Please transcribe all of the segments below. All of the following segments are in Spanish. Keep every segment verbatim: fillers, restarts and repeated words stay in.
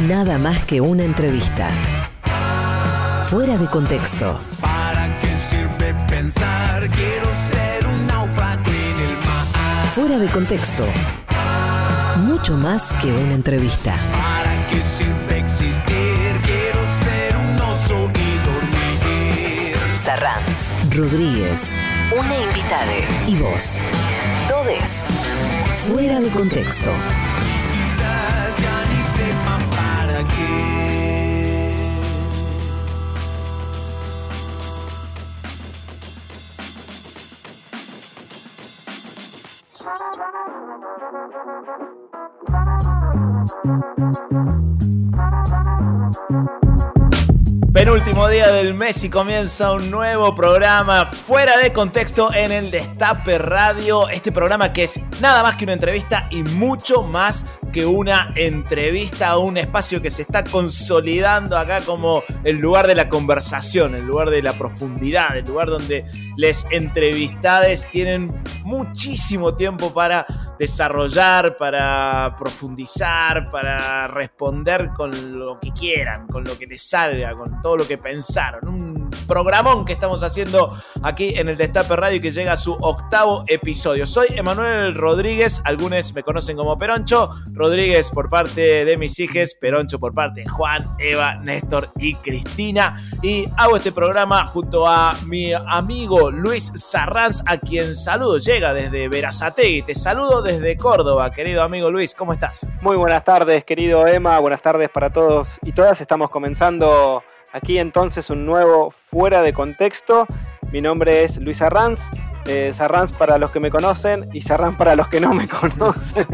Nada más que una entrevista. Fuera de contexto. ¿Para qué sirve pensar? Quiero ser un náufrago en el mar. Fuera de contexto. Mucho más que una entrevista. ¿Para qué sirve existir? Quiero ser un oso y dormir. Sarranz, Rodríguez, una invitada y vos. Todes. Fuera de contexto. Quizás ya ni sepan para qué. Penúltimo día del mes y comienza un nuevo programa Fuera de Contexto en el Destape Radio. Este programa que es nada más que una entrevista y mucho más que una entrevista, un espacio que se está consolidando acá como el lugar de la conversación, el lugar de la profundidad, el lugar donde les entrevistades tienen muchísimo tiempo para desarrollar, para profundizar, para responder con lo que quieran, con lo que les salga, con todo lo que pensaron. Un programón que estamos haciendo aquí en el Destape Radio y que llega a su octavo episodio. Soy Emanuel Rodríguez, algunos me conocen como Peroncho. Rodríguez por parte de mis hijas, Peroncho por parte de Juan, Eva, Néstor y Cristina. Y hago este programa junto a mi amigo Luis Sarranz, a quien saludo. Llega desde Berazategui. Te saludo desde Córdoba, querido amigo Luis. ¿Cómo estás? Muy buenas tardes, querido Emma. Buenas tardes para todos y todas. Estamos comenzando aquí entonces un nuevo Fuera de Contexto. Mi nombre es Luis Sarranz. Eh, Sarranz para los que me conocen y Sarranz para los que no me conocen.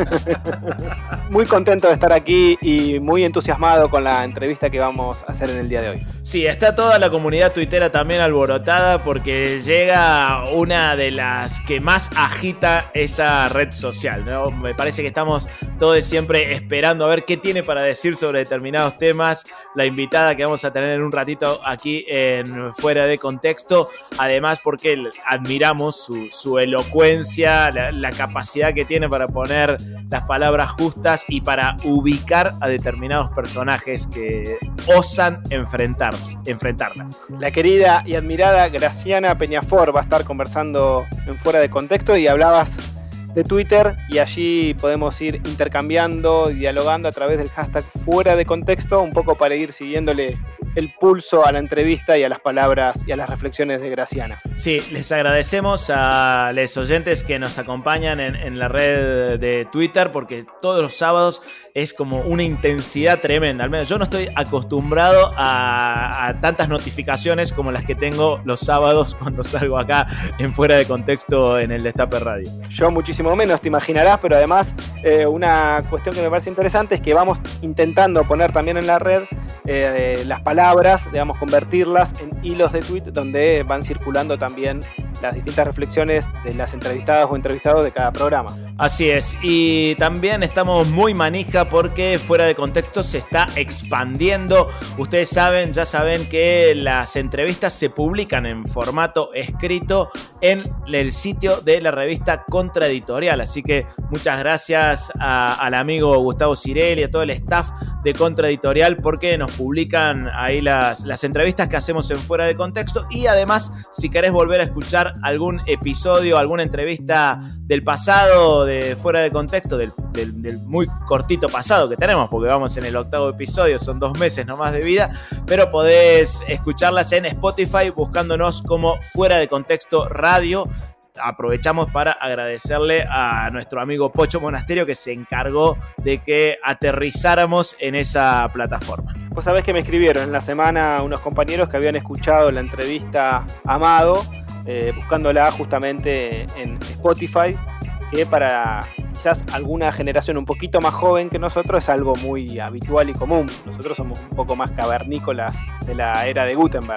Muy contento de estar aquí y muy entusiasmado con la entrevista que vamos a hacer en el día de hoy. Sí, está toda la comunidad tuitera también alborotada porque llega una de las que más agita esa red social, ¿no? Me parece que estamos todos siempre esperando a ver qué tiene para decir sobre determinados temas la invitada que vamos a tener en un ratito aquí en Fuera de Contexto. Además porque admiramos Su, su elocuencia, la, la capacidad que tiene para poner las palabras justas y para ubicar a determinados personajes que osan enfrentar, enfrentarla. La querida y admirada Graciana Peñafor va a estar conversando en Fuera de Contexto y hablabas de Twitter y allí podemos ir intercambiando, dialogando a través del hashtag Fuera de Contexto, un poco para ir siguiéndole el pulso a la entrevista y a las palabras y a las reflexiones de Graciana. Sí, les agradecemos a los oyentes que nos acompañan en, en la red de Twitter porque todos los sábados es como una intensidad tremenda. Al menos yo no estoy acostumbrado a, a tantas notificaciones como las que tengo los sábados cuando salgo acá en Fuera de Contexto en el Destape Radio. Yo muchísimo menos, te imaginarás, pero además eh, una cuestión que me parece interesante es que vamos intentando poner también en la red eh, las palabras, digamos, convertirlas en hilos de tweet donde van circulando también las distintas reflexiones de las entrevistadas o entrevistados de cada programa. Así es, y también estamos muy manija porque Fuera de Contexto se está expandiendo. Ustedes saben, ya saben que las entrevistas se publican en formato escrito en el sitio de la revista Contraeditorial, así que muchas gracias a, al amigo Gustavo Cirelli, a todo el staff de Contraeditorial porque nos publican ahí las, las entrevistas que hacemos en Fuera de Contexto. Y además, si querés volver a escuchar algún episodio, alguna entrevista del pasado de Fuera de Contexto, del, del, del muy cortito pasado que tenemos, porque vamos en el octavo episodio, son dos meses nomás de vida, pero podés escucharlas en Spotify buscándonos como Fuera de Contexto Radio. Aprovechamos para agradecerle a nuestro amigo Pocho Monasterio que se encargó de que aterrizáramos en esa plataforma. Vos sabés que me escribieron en la semana unos compañeros que habían escuchado la entrevista a Amado, eh, buscándola justamente en Spotify, que para quizás alguna generación un poquito más joven que nosotros es algo muy habitual y común. Nosotros somos un poco más cavernícolas de la era de Gutenberg.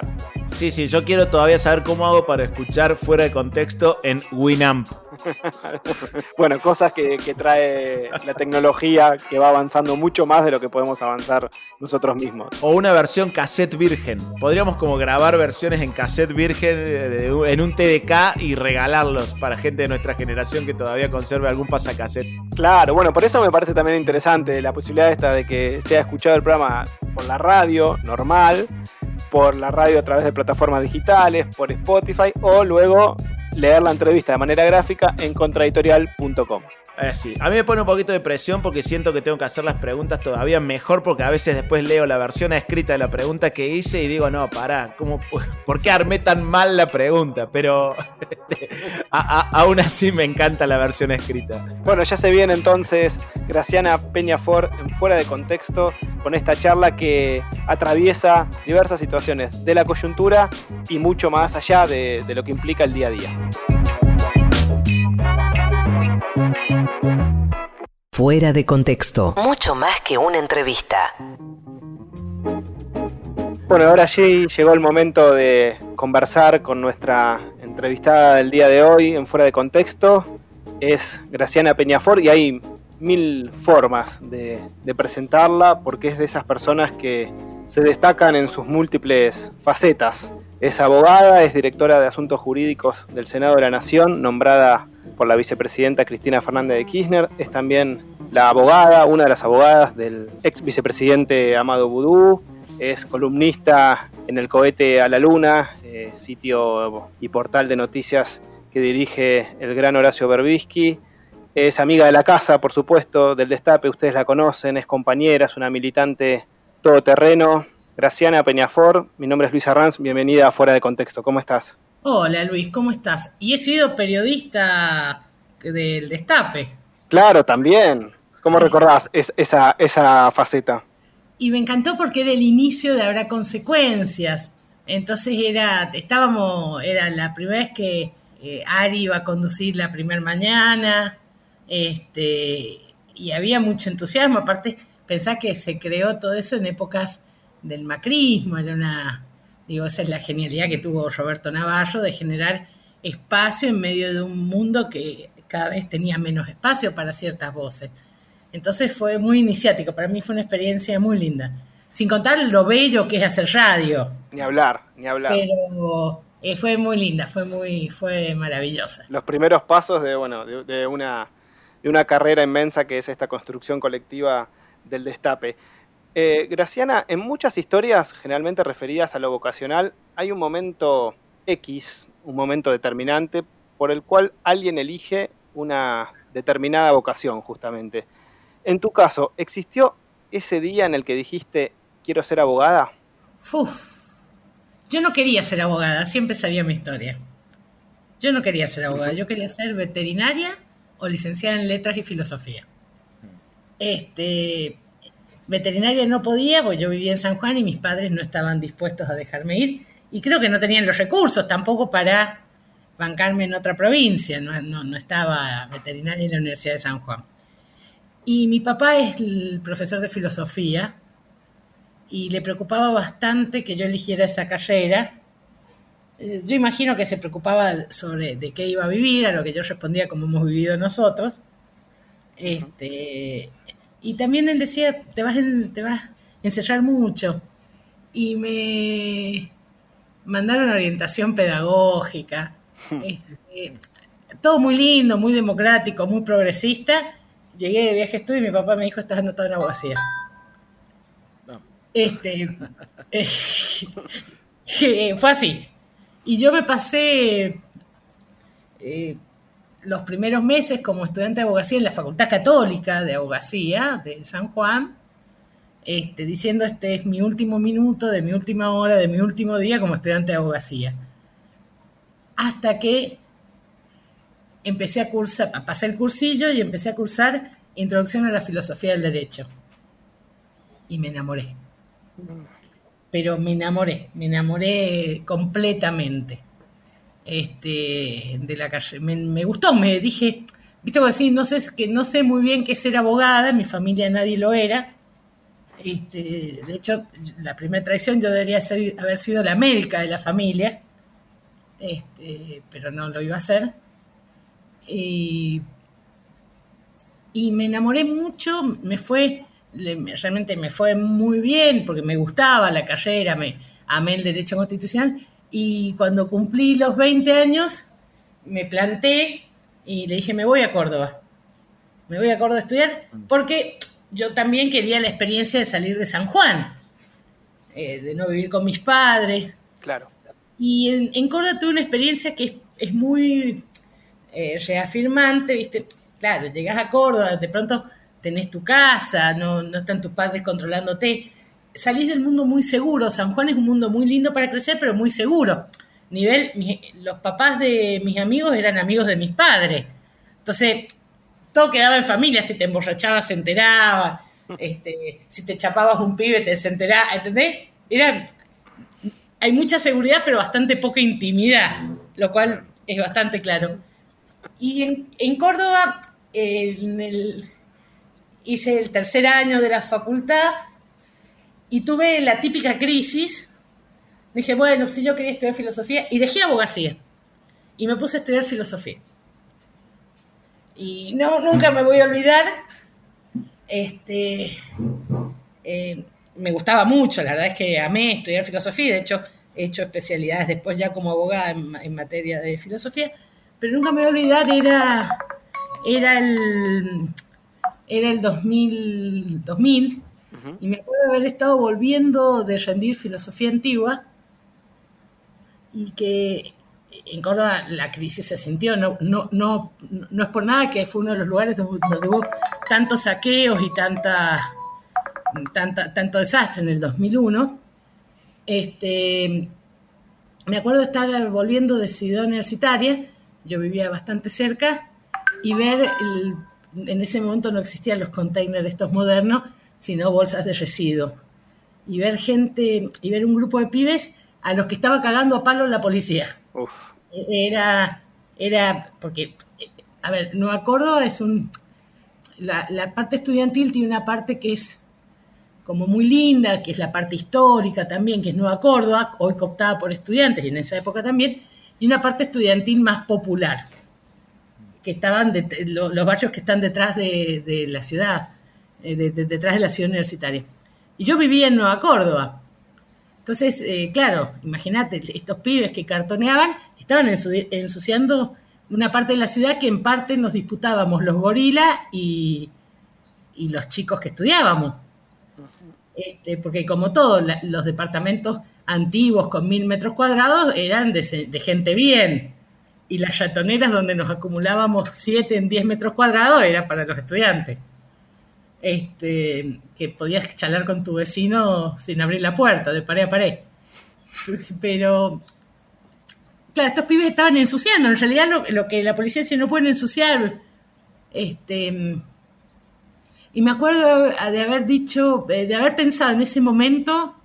Sí, sí, yo quiero todavía saber cómo hago para escuchar Fuera de Contexto en Winamp. Bueno, cosas que, que trae la tecnología, que va avanzando mucho más de lo que podemos avanzar nosotros mismos. O una versión cassette virgen. Podríamos como grabar versiones en cassette virgen en un T D K y regalarlos para gente de nuestra generación que todavía conserve algún pasacassette. Claro, bueno, por eso me parece también interesante la posibilidad esta de que sea escuchado el programa por la radio normal, por la radio a través de plataformas digitales, por Spotify, o luego leer la entrevista de manera gráfica en contraeditorial punto com. Eh, sí, a mí me pone un poquito de presión porque siento que tengo que hacer las preguntas todavía mejor, porque a veces después leo la versión escrita de la pregunta que hice y digo, no, pará, ¿cómo, ¿por qué armé tan mal la pregunta? Pero este, a, a, aún así me encanta la versión escrita. Bueno, ya se viene entonces Graciana Peñafort en Fuera de Contexto con esta charla que atraviesa diversas situaciones de la coyuntura y mucho más allá de, de lo que implica el día a día. Fuera de Contexto. Mucho más que una entrevista. Bueno, ahora sí llegó el momento de conversar con nuestra entrevistada del día de hoy en Fuera de Contexto. Es Graciana Peñafort y hay mil formas de, de presentarla porque es de esas personas que se destacan en sus múltiples facetas. Es abogada, es directora de Asuntos Jurídicos del Senado de la Nación, nombrada por la vicepresidenta Cristina Fernández de Kirchner. Es también la abogada, una de las abogadas del ex vicepresidente Amado Boudou. Es columnista en El Cohete a la Luna, eh, sitio y portal de noticias que dirige el gran Horacio Berbisky. Es amiga de la casa, por supuesto, del Destape, ustedes la conocen, es compañera, es una militante todoterreno. Graciana Peñafort, mi nombre es Luis Arranz, bienvenida a Fuera de Contexto, ¿cómo estás? Hola Luis, ¿cómo estás? Y he sido periodista del Destape. Claro, también. ¿Cómo recordás es, esa, esa faceta? Y me encantó porque era el inicio de Habrá Consecuencias. Entonces era, estábamos, era la primera vez que eh, Ari iba a conducir la primera mañana, este, y había mucho entusiasmo. Aparte, pensá que se creó todo eso en épocas del macrismo, era una, digo, esa es la genialidad que tuvo Roberto Navarro de generar espacio en medio de un mundo que cada vez tenía menos espacio para ciertas voces. Entonces fue muy iniciático, para mí fue una experiencia muy linda. Sin contar lo bello que es hacer radio. Ni hablar, ni hablar. Pero eh, fue muy linda, fue muy, fue maravillosa. Los primeros pasos de, bueno, de, de, una, de una carrera inmensa que es esta construcción colectiva del Destape. Eh, Graciana, en muchas historias generalmente referidas a lo vocacional, hay un momento X, un momento determinante, por el cual alguien elige una determinada vocación, justamente. En tu caso, ¿existió ese día en el que dijiste, quiero ser abogada? Uf, yo no quería ser abogada, así empezaría mi historia. Yo no quería ser abogada, yo quería ser veterinaria o licenciada en Letras y Filosofía. Este... Veterinaria no podía, porque yo vivía en San Juan y mis padres no estaban dispuestos a dejarme ir. Y creo que no tenían los recursos tampoco para bancarme en otra provincia. No, no, no estaba veterinaria en la Universidad de San Juan. Y mi papá es el profesor de filosofía y le preocupaba bastante que yo eligiera esa carrera. Yo imagino que se preocupaba sobre de qué iba a vivir, a lo que yo respondía como hemos vivido nosotros. Este... Y también él decía, te vas, en, te vas a encerrar mucho. Y me mandaron orientación pedagógica. Este, todo muy lindo, muy democrático, muy progresista. Llegué de viaje estudio y mi papá me dijo, estás anotado en abogacía. No. Este, eh, fue así. Y yo me pasé... Eh, los primeros meses como estudiante de abogacía en la Facultad Católica de Abogacía de San Juan, este, diciendo este es mi último minuto, de mi última hora, de mi último día como estudiante de abogacía. Hasta que empecé a cursar, pasé el cursillo y empecé a cursar Introducción a la Filosofía del Derecho. Y me enamoré. Pero me enamoré, me enamoré completamente. Este, de la calle. Me, me gustó, me dije, viste, como decir, no sé, que no sé muy bien qué es ser abogada, en mi familia nadie lo era, Este, de hecho, la primera traición yo debería ser, haber sido la médica de la familia, este, pero no lo iba a hacer. Y, y me enamoré mucho, me fue, realmente me fue muy bien, porque me gustaba la carrera, me amé el derecho constitucional, y cuando cumplí los veinte años, me planté y le dije, me voy a Córdoba. Me voy a Córdoba a estudiar, porque yo también quería la experiencia de salir de San Juan, eh, de no vivir con mis padres. Claro. Y en, en Córdoba tuve una experiencia que es, es muy eh, reafirmante, ¿viste? Claro, llegás a Córdoba, de pronto tenés tu casa, no, no están tus padres controlándote. Salís del mundo muy seguro. San Juan es un mundo muy lindo para crecer, pero muy seguro. Nivel, mi, los papás de mis amigos eran amigos de mis padres. Entonces, todo quedaba en familia. Si te emborrachabas, se enteraba. Este, si te chapabas un pibe, te se enteraba. ¿Entendés? Era, hay mucha seguridad, pero bastante poca intimidad, lo cual es bastante claro. Y en, en Córdoba, eh, en el, hice el tercer año de la facultad y tuve la típica crisis. Dije, bueno, si yo quería estudiar filosofía, y dejé abogacía y me puse a estudiar filosofía. Y no, nunca me voy a olvidar, este, eh, me gustaba mucho, la verdad es que amé estudiar filosofía, de hecho he hecho especialidades después ya como abogada en, en materia de filosofía, pero nunca me voy a olvidar, era, era el, era el dos mil, dos mil uh-huh. Y me acuerdo de haber estado volviendo de rendir filosofía antigua, y que en Córdoba la crisis se sintió, no, no, no, no es por nada que fue uno de los lugares donde, donde hubo tantos saqueos y tanta, tanta, tanto desastre en el dos mil uno. Este, me acuerdo de estar volviendo de Ciudad Universitaria, yo vivía bastante cerca, y ver, el, en ese momento no existían los containers estos modernos, sino bolsas de residuos, y ver gente, y ver un grupo de pibes a los que estaba cagando a palo la policía. Uf. Era, era, porque, a ver, Nueva Córdoba es un, la, la parte estudiantil tiene una parte que es como muy linda, que es la parte histórica también, que es Nueva Córdoba, hoy cooptada por estudiantes, y en esa época también, y una parte estudiantil más popular, que estaban de, lo, los barrios que están detrás de, de la ciudad, de, de, detrás de la ciudad universitaria. Y yo vivía en Nueva Córdoba. Entonces, eh, claro, imagínate, estos pibes que cartoneaban estaban ensuciando una parte de la ciudad que en parte nos disputábamos los gorilas y, y los chicos que estudiábamos. Este, porque como todos la, los departamentos antiguos con mil metros cuadrados eran de, de gente bien, y las ratoneras donde nos acumulábamos siete en diez metros cuadrados era para los estudiantes. Este, que podías charlar con tu vecino sin abrir la puerta, de pared a pared. Pero, claro, estos pibes estaban ensuciando. En realidad lo, lo que la policía dice, no pueden ensuciar. Este, y me acuerdo de haber dicho, de haber pensado en ese momento,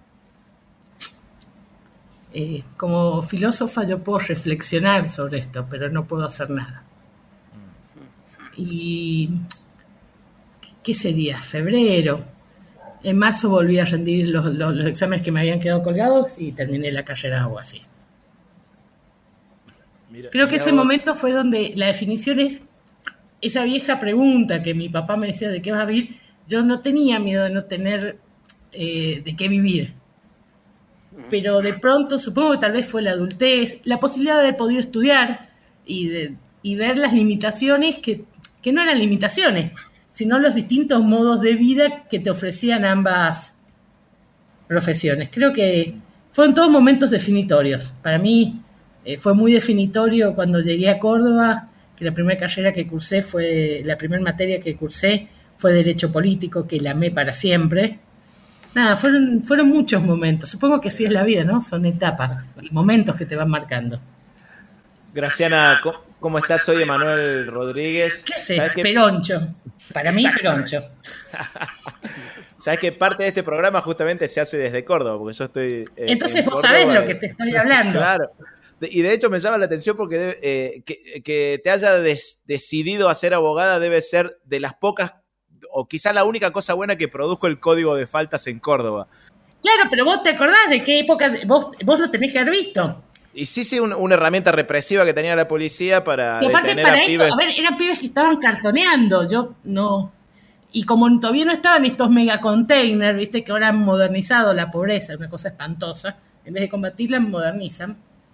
eh, como filósofa yo puedo reflexionar sobre esto, pero no puedo hacer nada. Y... ¿qué sería? Febrero. En marzo volví a rendir los, los, los exámenes que me habían quedado colgados y terminé la carrera de abogacía así. Mira, Creo que ese vos... momento fue donde la definición es esa vieja pregunta que mi papá me decía, ¿de qué vas a vivir? Yo no tenía miedo de no tener eh, de qué vivir. Pero de pronto, supongo que tal vez fue la adultez, la posibilidad de haber podido estudiar y, de, y ver las limitaciones que, que no eran limitaciones, sino los distintos modos de vida que te ofrecían ambas profesiones. Creo que fueron todos momentos definitorios. Para mí eh, fue muy definitorio cuando llegué a Córdoba, que la primera carrera que cursé fue, la primera materia que cursé fue Derecho Político, que la amé para siempre. Nada, fueron, fueron muchos momentos. Supongo que así es la vida, ¿no? Son etapas y momentos que te van marcando. Graciana, ¿cómo estás? Soy Emanuel Rodríguez. ¿Qué haces? Que... Peroncho. Para mí, Peroncho. Sabes que parte de este programa justamente se hace desde Córdoba, porque yo estoy... Eh, Entonces vos Córdoba, sabés lo que te estoy hablando. Claro. Y de hecho me llama la atención porque eh, que, que te haya des, decidido a ser abogada debe ser de las pocas o quizá la única cosa buena que produjo el código de faltas en Córdoba. Claro, pero vos te acordás de qué época, vos, vos lo tenés que haber visto. Y sí, sí, un, una herramienta represiva que tenía la policía para Y aparte detener para a esto, pibes. a ver, eran pibes que estaban cartoneando, yo no... Y como todavía no estaban estos megacontainers, viste que ahora han modernizado la pobreza, una cosa espantosa, en vez de combatirla, modernizan.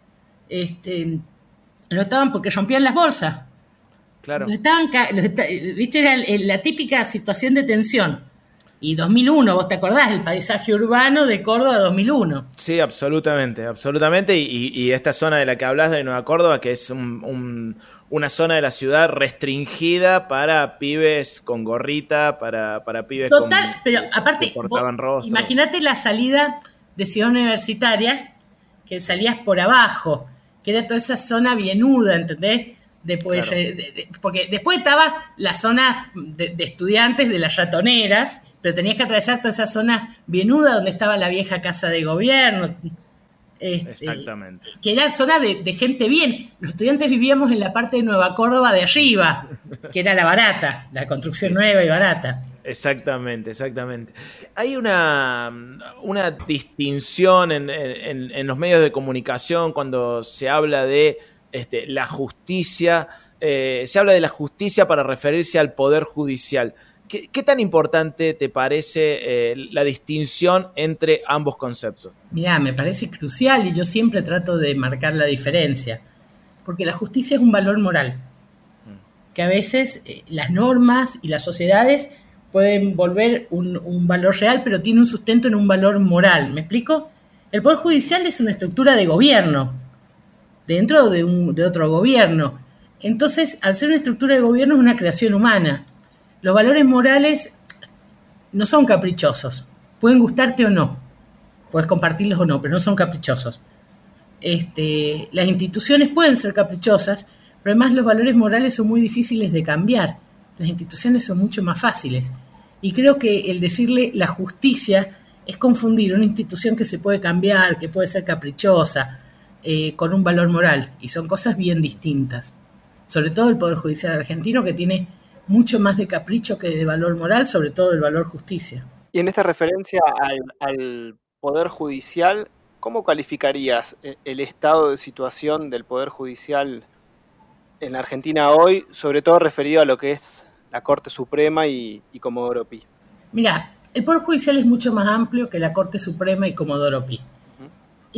Este, lo estaban porque rompían las bolsas. Claro. Lo estaban, lo está, viste, era la típica situación de tensión. Y dos mil uno, vos te acordás, el paisaje urbano de Córdoba dos mil uno. Sí, absolutamente, absolutamente. Y, y esta zona de la que hablas de Nueva Córdoba, que es un, un, una zona de la ciudad restringida para pibes con gorrita, para, para pibes Total, con, pero aparte, que portaban rostro. Imagínate la salida de Ciudad Universitaria, que salías por abajo, que era toda esa zona bienuda, ¿entendés? Después, Claro. de, de, porque después estaba la zona de, de estudiantes de las ratoneras, pero tenías que atravesar toda esa zona bienuda donde estaba la vieja casa de gobierno. Este, Exactamente. Que era zona de, de gente bien. Los estudiantes vivíamos en la parte de Nueva Córdoba de arriba, que era la barata, la construcción Sí, sí. nueva y barata. Exactamente, exactamente. Hay una, una distinción en, en, en los medios de comunicación cuando se habla de este, la justicia, eh, se habla de la justicia para referirse al poder judicial. ¿Qué, qué tan importante te parece eh, la distinción entre ambos conceptos? Mirá, me parece crucial y yo siempre trato de marcar la diferencia, porque la justicia es un valor moral, que a veces eh, las normas y las sociedades pueden volver un, un valor real, pero tiene un sustento en un valor moral. ¿Me explico? El Poder Judicial es una estructura de gobierno, dentro de, un, de otro gobierno. Entonces, al ser una estructura de gobierno, es una creación humana. Los valores morales no son caprichosos. Pueden gustarte o no. Puedes compartirlos o no, pero no son caprichosos. Este, las instituciones pueden ser caprichosas, pero además los valores morales son muy difíciles de cambiar. Las instituciones son mucho más fáciles. Y creo que el decirle la justicia es confundir una institución que se puede cambiar, que puede ser caprichosa, eh, con un valor moral. Y son cosas bien distintas. Sobre todo el Poder Judicial argentino, que tiene mucho más de capricho que de valor moral, sobre todo el valor justicia. Y en esta referencia al, al Poder Judicial, ¿cómo calificarías el estado de situación del Poder Judicial en la Argentina hoy, sobre todo referido a lo que es la Corte Suprema y, y Comodoro Pi? Mirá, el Poder Judicial es mucho más amplio que la Corte Suprema y Comodoro Pi. Uh-huh.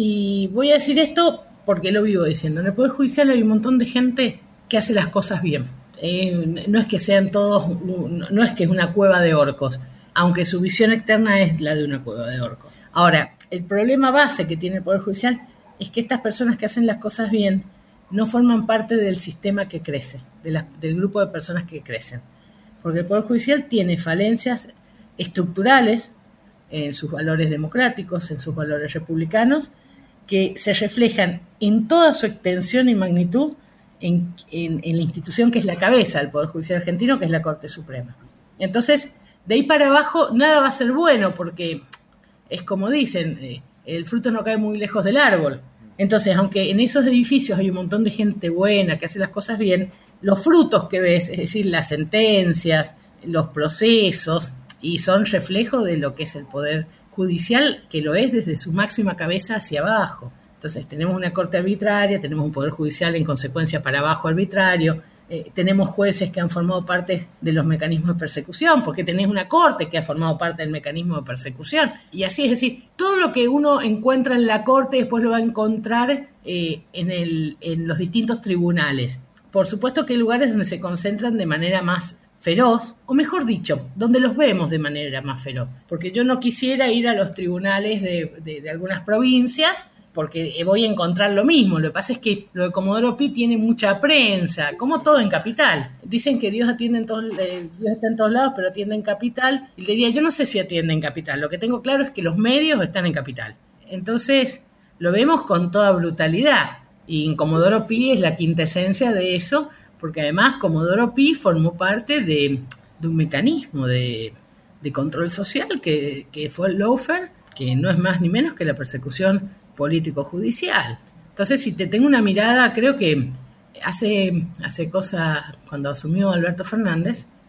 Y voy a decir esto porque lo vivo diciendo. En el Poder Judicial hay un montón de gente que hace las cosas bien. Eh, no es que sean todos, no es que es una cueva de orcos, aunque su visión externa es la de una cueva de orcos. Ahora, el problema base que tiene el Poder Judicial es que estas personas que hacen las cosas bien no forman parte del sistema que crece, de la, del grupo de personas que crecen. Porque el Poder Judicial tiene falencias estructurales en sus valores democráticos, en sus valores republicanos, que se reflejan en toda su extensión y magnitud En, en, en la institución que es la cabeza del Poder Judicial argentino, que es la Corte Suprema. Entonces, de ahí para abajo, nada va a ser bueno, porque es como dicen, eh, el fruto no cae muy lejos del árbol. Entonces, aunque en esos edificios hay un montón de gente buena que hace las cosas bien, los frutos que ves, es decir, las sentencias, los procesos, y son reflejo de lo que es el Poder Judicial, que lo es desde su máxima cabeza hacia abajo. Entonces, tenemos una corte arbitraria, tenemos un Poder Judicial en consecuencia para abajo arbitrario, eh, tenemos jueces que han formado parte de los mecanismos de persecución, porque tenés una corte que ha formado parte del mecanismo de persecución. Y así, es decir, todo lo que uno encuentra en la corte después lo va a encontrar eh, en, el, en los distintos tribunales. Por supuesto que hay lugares donde se concentran de manera más feroz, o mejor dicho, donde los vemos de manera más feroz. Porque yo no quisiera ir a los tribunales de, de, de algunas provincias, porque voy a encontrar lo mismo. Lo que pasa es que lo de Comodoro Pi tiene mucha prensa, como todo en Capital. Dicen que Dios atiende en todos, eh, Dios está en todos lados, pero atiende en Capital. Y le diría, yo no sé si atiende en Capital. Lo que tengo claro es que los medios están en Capital. Entonces, lo vemos con toda brutalidad. Y en Comodoro Pi es la quintesencia de eso, porque además Comodoro Pi formó parte de, de un mecanismo de, de control social que, que fue el lawfare, que no es más ni menos que la persecución político-judicial. Entonces, si te tengo una mirada, creo que hace, hace cosa, cuando asumió Alberto Fernández,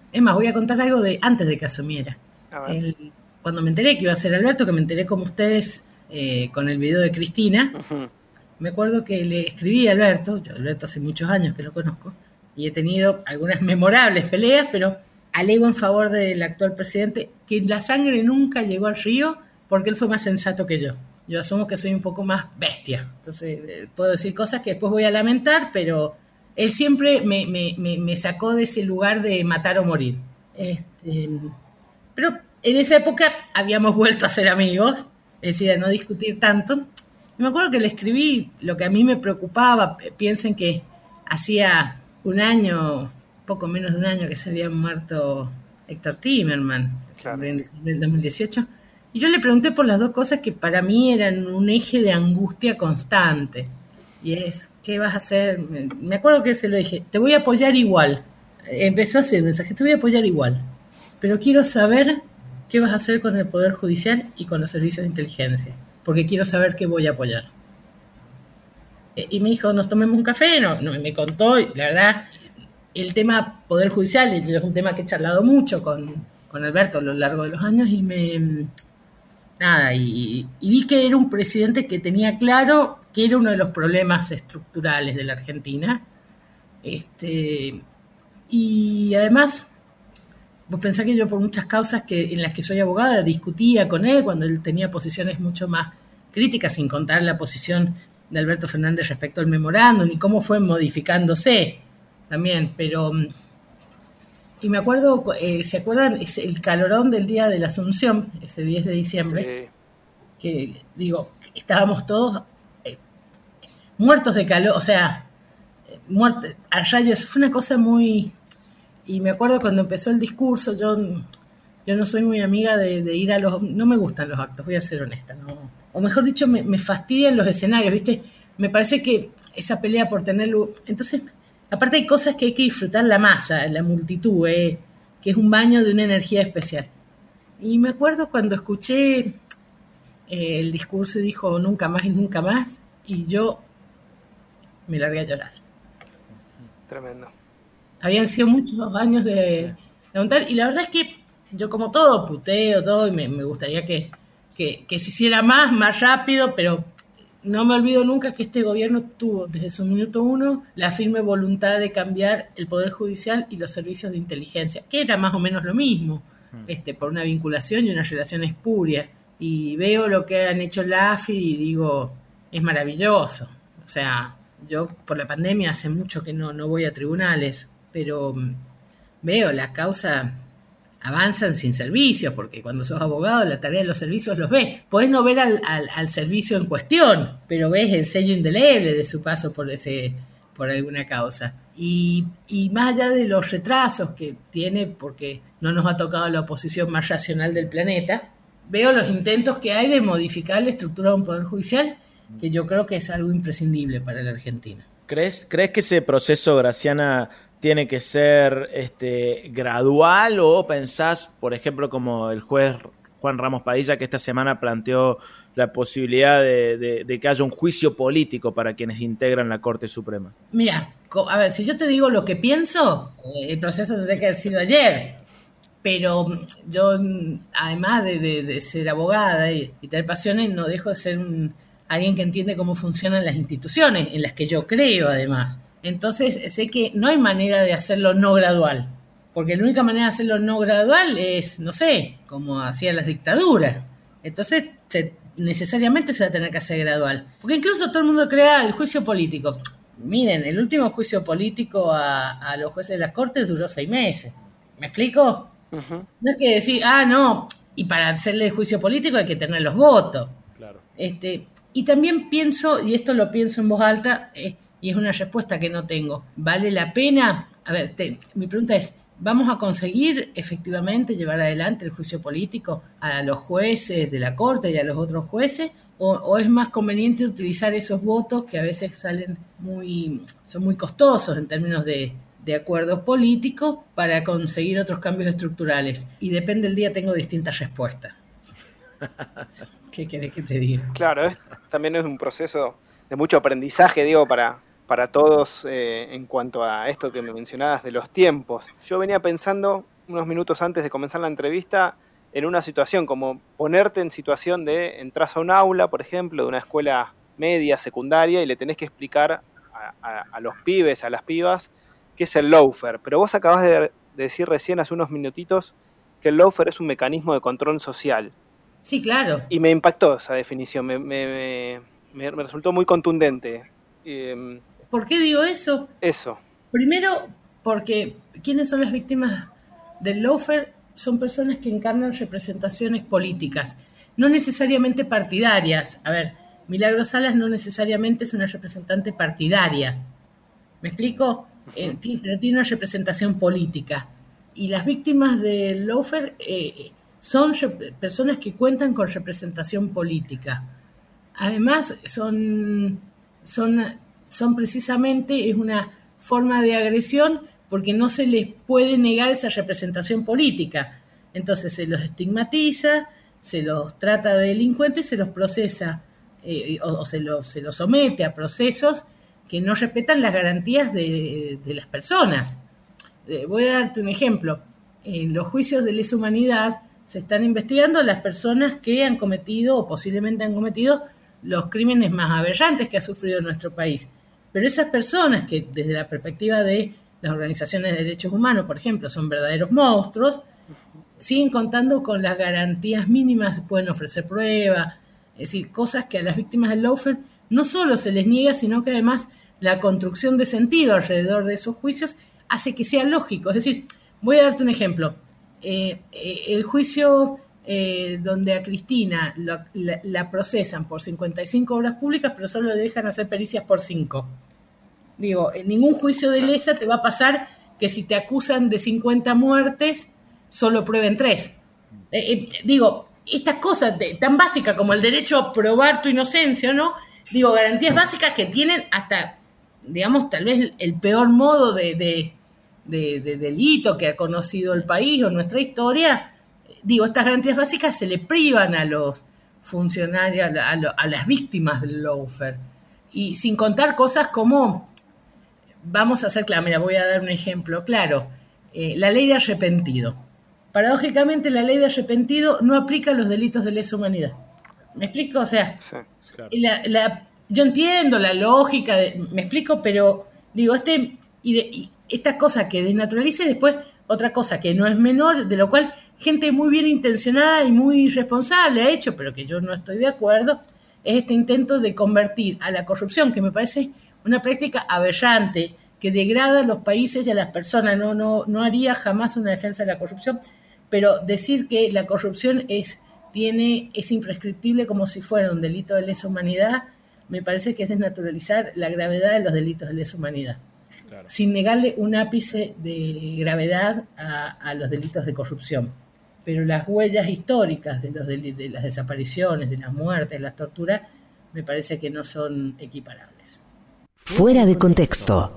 Es más, voy a contar algo de antes de que asumiera. El, cuando me enteré que iba a ser Alberto, que me enteré como ustedes eh, con el video de Cristina, uh-huh. me acuerdo que le escribí a Alberto, yo Alberto hace muchos años que lo conozco, y he tenido algunas memorables peleas, pero alego en favor del actual presidente que la sangre nunca llegó al río porque él fue más sensato que yo. Yo asumo que soy un poco más bestia, entonces eh, puedo decir cosas que después voy a lamentar, pero él siempre me, me, me, me sacó de ese lugar de matar o morir. Este, pero en esa época habíamos vuelto a ser amigos, es decir, a no discutir tanto. Y me acuerdo que le escribí lo que a mí me preocupaba. Piensen que hacía un año, poco menos de un año, que se había muerto Héctor Timerman, claro. En el dos mil dieciocho. Y yo le pregunté por las dos cosas que para mí eran un eje de angustia constante. Y es, ¿qué vas a hacer? Me acuerdo que se lo dije, te voy a apoyar igual. Empezó así el mensaje, te voy a apoyar igual. Pero quiero saber qué vas a hacer con el Poder Judicial y con los servicios de inteligencia. Porque quiero saber qué voy a apoyar. Y me dijo, nos tomemos un café. No, no me contó, y la verdad, el tema Poder Judicial es un tema que he charlado mucho con, con Alberto a lo largo de los años y me... Nada, y, y vi que era un presidente que tenía claro que era uno de los problemas estructurales de la Argentina. Este, y además, vos pensás que yo por muchas causas que en las que soy abogada discutía con él cuando él tenía posiciones mucho más críticas, sin contar la posición de Alberto Fernández respecto al memorándum y cómo fue modificándose también, pero... Y me acuerdo, eh, ¿se acuerdan? Es el calorón del día de la Asunción, ese diez de diciembre, sí. Que, digo, estábamos todos eh, muertos de calor, o sea, eh, muertos a rayos, fue una cosa muy... Y me acuerdo cuando empezó el discurso, yo, yo no soy muy amiga de, de ir a los... No me gustan los actos, voy a ser honesta, ¿no? O mejor dicho, me, me fastidian los escenarios, ¿viste? Me parece que esa pelea por tenerlo... Entonces... Aparte hay cosas que hay que disfrutar la masa, la multitud, eh, que es un baño de una energía especial. Y me acuerdo cuando escuché eh, el discurso y dijo nunca más y nunca más, y yo me largué a llorar. Tremendo. Habían sido muchos años de, de montar, y la verdad es que yo como todo, puteo, todo, y me, me gustaría que, que, que se hiciera más, más rápido, pero... No me olvido nunca que este gobierno tuvo desde su minuto uno la firme voluntad de cambiar el Poder Judicial y los servicios de inteligencia, que era más o menos lo mismo, este, por una vinculación y una relación espuria. Y veo lo que han hecho la A F I y digo, es maravilloso. O sea, yo por la pandemia hace mucho que no, no voy a tribunales, pero veo la causa... avanzan sin servicios, porque cuando sos abogado la tarea de los servicios los ves. Podés no ver al, al, al servicio en cuestión, pero ves el sello indeleble de su paso por ese por alguna causa. Y, y más allá de los retrasos que tiene, porque no nos ha tocado la oposición más racional del planeta, veo los intentos que hay de modificar la estructura de un poder judicial, que yo creo que es algo imprescindible para la Argentina. ¿Crees, crees que ese proceso, Graciana, tiene que ser este, gradual o pensás, por ejemplo, como el juez Juan Ramos Padilla, que esta semana planteó la posibilidad de, de, de que haya un juicio político para quienes integran la Corte Suprema? Mira, a ver, si yo te digo lo que pienso, el proceso tendría que haber sido ayer, pero yo, además de, de, de ser abogada y, y tener pasiones, no dejo de ser un, alguien que entiende cómo funcionan las instituciones, en las que yo creo, además. Entonces, sé que no hay manera de hacerlo no gradual, porque la única manera de hacerlo no gradual es, no sé, como hacían las dictaduras. Entonces, se, necesariamente se va a tener que hacer gradual. Porque incluso todo el mundo crea el juicio político. Miren, el último juicio político a, a los jueces de las Cortes duró seis meses. ¿Me explico? Uh-huh. No es que decir, ah, no, y para hacerle el juicio político hay que tener los votos. Claro. Este, y también pienso, y esto lo pienso en voz alta, eh, y es una respuesta que no tengo. ¿Vale la pena? A ver, te, mi pregunta es, ¿vamos a conseguir efectivamente llevar adelante el juicio político a los jueces de la Corte y a los otros jueces? ¿O, o es más conveniente utilizar esos votos que a veces salen muy, son muy costosos en términos de, de acuerdos políticos para conseguir otros cambios estructurales? Y depende del día, tengo distintas respuestas. ¿Qué querés que te diga? Claro, es, también es un proceso de mucho aprendizaje, digo, para... para todos eh, en cuanto a esto que me mencionabas de los tiempos. Yo venía pensando unos minutos antes de comenzar la entrevista en una situación, como ponerte en situación de entras a un aula, por ejemplo, de una escuela media, secundaria, y le tenés que explicar a, a, a los pibes, a las pibas, qué es el lawfare. Pero vos acabás de, de decir recién, hace unos minutitos, que el lawfare es un mecanismo de control social. Sí, claro. Y me impactó esa definición, me, me, me, me resultó muy contundente. Eh, ¿Por qué digo eso? Eso. Primero, porque ¿quiénes son las víctimas del lawfare? Son personas que encarnan representaciones políticas, no necesariamente partidarias. A ver, Milagros Salas no necesariamente es una representante partidaria. ¿Me explico? Uh-huh. Eh, pero tiene una representación política. Y las víctimas del lawfare eh, son rep- personas que cuentan con representación política. Además, son, son, son precisamente, es una forma de agresión porque no se les puede negar esa representación política. Entonces se los estigmatiza, se los trata de delincuentes, se los procesa eh, o, o se, los, se los somete a procesos que no respetan las garantías de, de las personas. Eh, voy a darte un ejemplo. En los juicios de lesa humanidad se están investigando las personas que han cometido o posiblemente han cometido los crímenes más aberrantes que ha sufrido nuestro país. Pero esas personas que desde la perspectiva de las organizaciones de derechos humanos, por ejemplo, son verdaderos monstruos, siguen contando con las garantías mínimas, pueden ofrecer pruebas, es decir, cosas que a las víctimas del lawfare no solo se les niega, sino que además la construcción de sentido alrededor de esos juicios hace que sea lógico. Es decir, voy a darte un ejemplo. Eh, eh, el juicio eh, donde a Cristina lo, la, la procesan por cincuenta y cinco obras públicas, pero solo le dejan hacer pericias por cinco. Digo, en ningún juicio de lesa te va a pasar que si te acusan de cincuenta muertes, solo prueben tres. Eh, eh, digo, estas cosas de, tan básicas como el derecho a probar tu inocencia, ¿no? Digo, garantías básicas que tienen hasta, digamos, tal vez el peor modo de, de, de, de delito que ha conocido el país o nuestra historia. Digo, estas garantías básicas se le privan a los funcionarios, a, a, a las víctimas del lawfare. Y sin contar cosas como... Vamos a hacer claro, mira, voy a dar un ejemplo claro. Eh, la ley de arrepentido. Paradójicamente, la ley de arrepentido no aplica a los delitos de lesa humanidad. ¿Me explico? O sea, sí, claro. la, la, yo entiendo la lógica, de, me explico, pero digo, este y, de, y esta cosa que desnaturalice, después otra cosa que no es menor, de lo cual gente muy bien intencionada y muy responsable ha hecho, pero que yo no estoy de acuerdo, es este intento de convertir a la corrupción, que me parece una práctica aberrante que degrada a los países y a las personas. No, no, no haría jamás una defensa de la corrupción, pero decir que la corrupción es, tiene, es imprescriptible como si fuera un delito de lesa humanidad, me parece que es desnaturalizar la gravedad de los delitos de lesa humanidad, claro, sin negarle un ápice de gravedad a, a los delitos de corrupción. Pero las huellas históricas de, los de, de las desapariciones, de las muertes, de las torturas, me parece que no son equiparables. Fuera de contexto.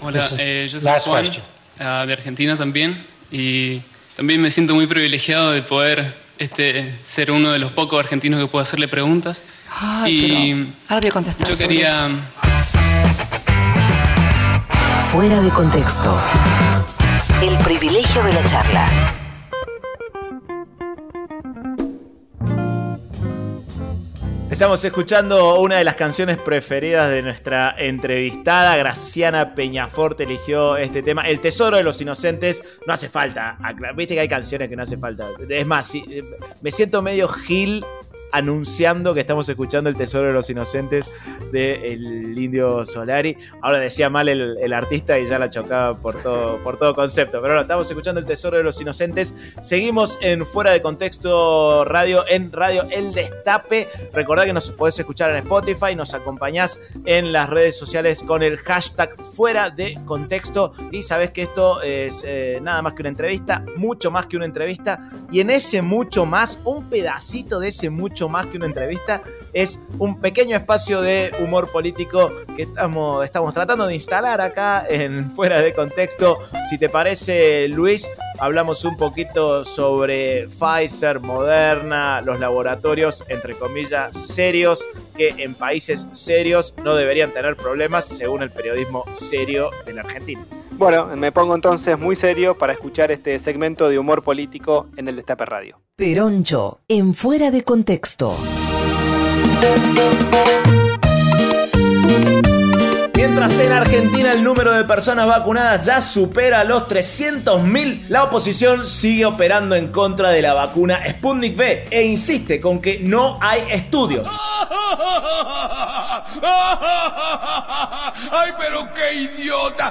Hola, eh, yo soy Juan, uh, de Argentina también, y también me siento muy privilegiado de poder este, ser uno de los pocos argentinos que puedo hacerle preguntas. Ay, y pero ahora voy a contestar. Yo quería... Fuera de contexto. El privilegio de la charla. Estamos escuchando una de las canciones preferidas de nuestra entrevistada. Graciana Peñaforte eligió este tema, El Tesoro de los Inocentes. No hace falta, viste que hay canciones que no hace falta. Es más, me siento medio gil anunciando que estamos escuchando El Tesoro de los Inocentes del Indio Solari. Ahora decía mal el, el artista y ya la chocaba por todo, por todo concepto. Pero ahora estamos escuchando El Tesoro de los Inocentes. Seguimos en Fuera de Contexto Radio, en Radio El Destape. Recordá que nos podés escuchar en Spotify, nos acompañás en las redes sociales con el hashtag Fuera de Contexto. Y sabés que esto es eh, nada más que una entrevista, mucho más que una entrevista. Y en ese mucho más, un pedacito de ese mucho más que una entrevista, es un pequeño espacio de humor político que estamos, estamos tratando de instalar acá en Fuera de Contexto. Si te parece, Luis, hablamos un poquito sobre Pfizer, Moderna, los laboratorios, entre comillas, serios, que en países serios no deberían tener problemas, según el periodismo serio de la Argentina. Bueno, me pongo entonces muy serio para escuchar este segmento de humor político en el Destape Radio. Peroncho, en Fuera de Contexto. Mientras en Argentina el número de personas vacunadas ya supera los trescientos mil, la oposición sigue operando en contra de la vacuna Sputnik V e insiste con que no hay estudios. ¡Ay, pero qué idiota!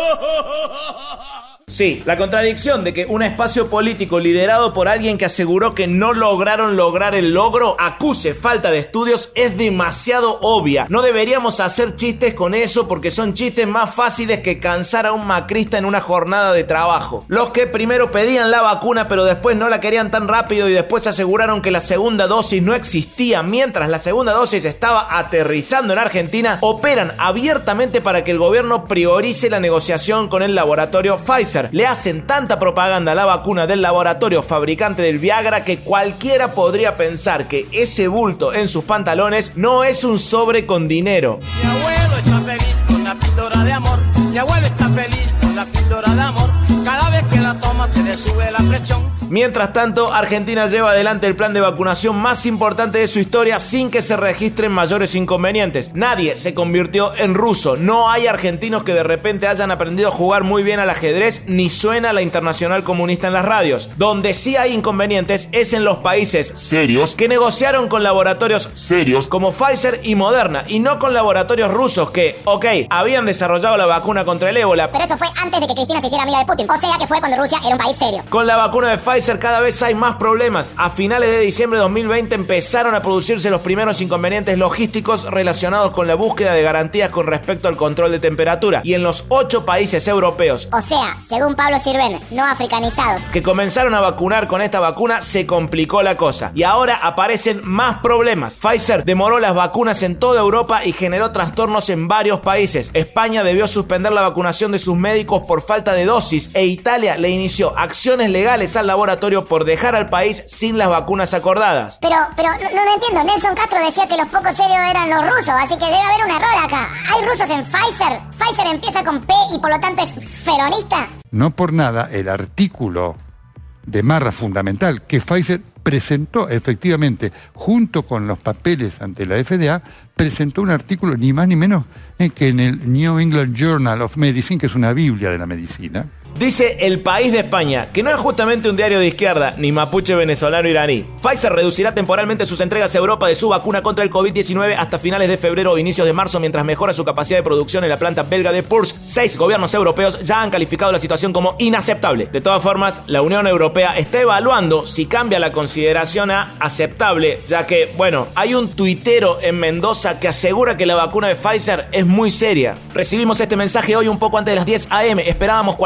Sí, la contradicción de que un espacio político liderado por alguien que aseguró que no lograron lograr el logro acuse falta de estudios es demasiado obvia. No deberíamos hacer chistes con eso porque son chistes más fáciles que cansar a un macrista en una jornada de trabajo. Los que primero pedían la vacuna pero después no la querían tan rápido y después aseguraron que la segunda dosis no existía mientras la segunda dosis estaba aterrizando en Argentina, operan abiertamente para que el gobierno priorice la negociación con el laboratorio Pfizer. Le hacen tanta propaganda a la vacuna del laboratorio fabricante del Viagra que cualquiera podría pensar que ese bulto en sus pantalones no es un sobre con dinero. Mi abuelo está feliz con la píldora de amor. Mi abuelo está feliz con la píldora de amor. Cada vez que la toma se le sube la presión. Mientras tanto, Argentina lleva adelante el plan de vacunación más importante de su historia sin que se registren mayores inconvenientes. Nadie se convirtió en ruso. No hay argentinos que de repente hayan aprendido a jugar muy bien al ajedrez, ni suena la Internacional Comunista en las radios. Donde sí hay inconvenientes es en los países serios que negociaron con laboratorios serios como Pfizer y Moderna, y no con laboratorios rusos que, ok, habían desarrollado la vacuna contra el ébola. Pero eso fue antes de que Cristina se hiciera amiga de Putin. O sea que fue cuando Rusia era un país serio. Con la vacuna de Pfizer cada vez hay más problemas. A finales de diciembre de dos mil veinte empezaron a producirse los primeros inconvenientes logísticos relacionados con la búsqueda de garantías con respecto al control de temperatura. Y en los ocho países europeos, o sea, según Pablo Sirven, no africanizados, que comenzaron a vacunar con esta vacuna, se complicó la cosa. Y ahora aparecen más problemas. Pfizer demoró las vacunas en toda Europa y generó trastornos en varios países. España debió suspender la vacunación de sus médicos por falta de dosis e Italia le inició acciones legales al laboratorio por dejar al país sin las vacunas acordadas. Pero, pero, no, no entiendo. Nelson Castro decía que los pocos serios eran los rusos, así que debe haber un error acá. ¿Hay rusos en Pfizer? ¿Pfizer empieza con P y por lo tanto es feronista? No por nada, el artículo de Marra fundamental que Pfizer presentó efectivamente, junto con los papeles ante la F D A, presentó un artículo ni más ni menos eh, que en el New England Journal of Medicine, que es una biblia de la medicina. Dice El País de España, que no es justamente un diario de izquierda, ni mapuche venezolano iraní. Pfizer reducirá temporalmente sus entregas a Europa de su vacuna contra el covid diecinueve hasta finales de febrero o inicios de marzo, mientras mejora su capacidad de producción en la planta belga de Puurs. Seis gobiernos europeos ya han calificado la situación como inaceptable. De todas formas, la Unión Europea está evaluando si cambia la consideración a aceptable, ya que, bueno, hay un tuitero en Mendoza que asegura que la vacuna de Pfizer es muy seria. Recibimos este mensaje hoy un poco antes de las diez a eme. Esperábamos cuarenta y tres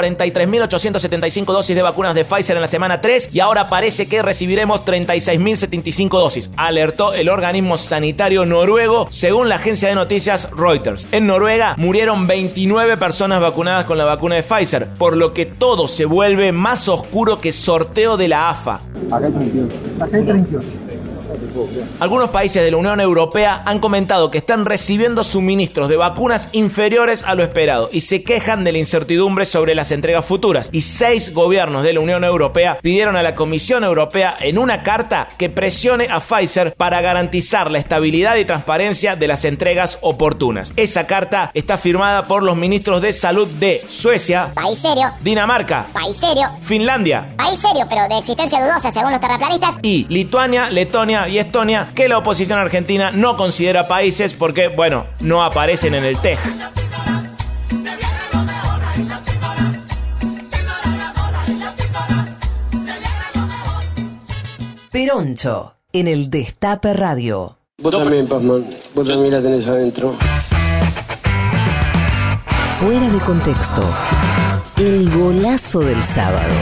tres mil ochocientas setenta y cinco dosis de vacunas de Pfizer en la semana tres y ahora parece que recibiremos treinta y seis mil setenta y cinco dosis, alertó el organismo sanitario noruego, según la agencia de noticias Reuters. En Noruega murieron veintinueve personas vacunadas con la vacuna de Pfizer, por lo que todo se vuelve más oscuro que sorteo de la A F A. Acá hay treinta y ocho. Acá hay treinta y ocho. Algunos países de la Unión Europea han comentado que están recibiendo suministros de vacunas inferiores a lo esperado y se quejan de la incertidumbre sobre las entregas futuras. Y seis gobiernos de la Unión Europea pidieron a la Comisión Europea en una carta que presione a Pfizer para garantizar la estabilidad y transparencia de las entregas oportunas. Esa carta está firmada por los ministros de salud de Suecia, País serio. Dinamarca, País serio. Finlandia, País serio, pero de existencia dudosa según los terraplanistas. y Lituania, Letonia y Estonia, que la oposición argentina no considera países porque, bueno, no aparecen en el T E J. Peroncho, en el Destape Radio. Vos también, Pazman. Vos también la tenés adentro. Fuera de contexto. El golazo del sábado.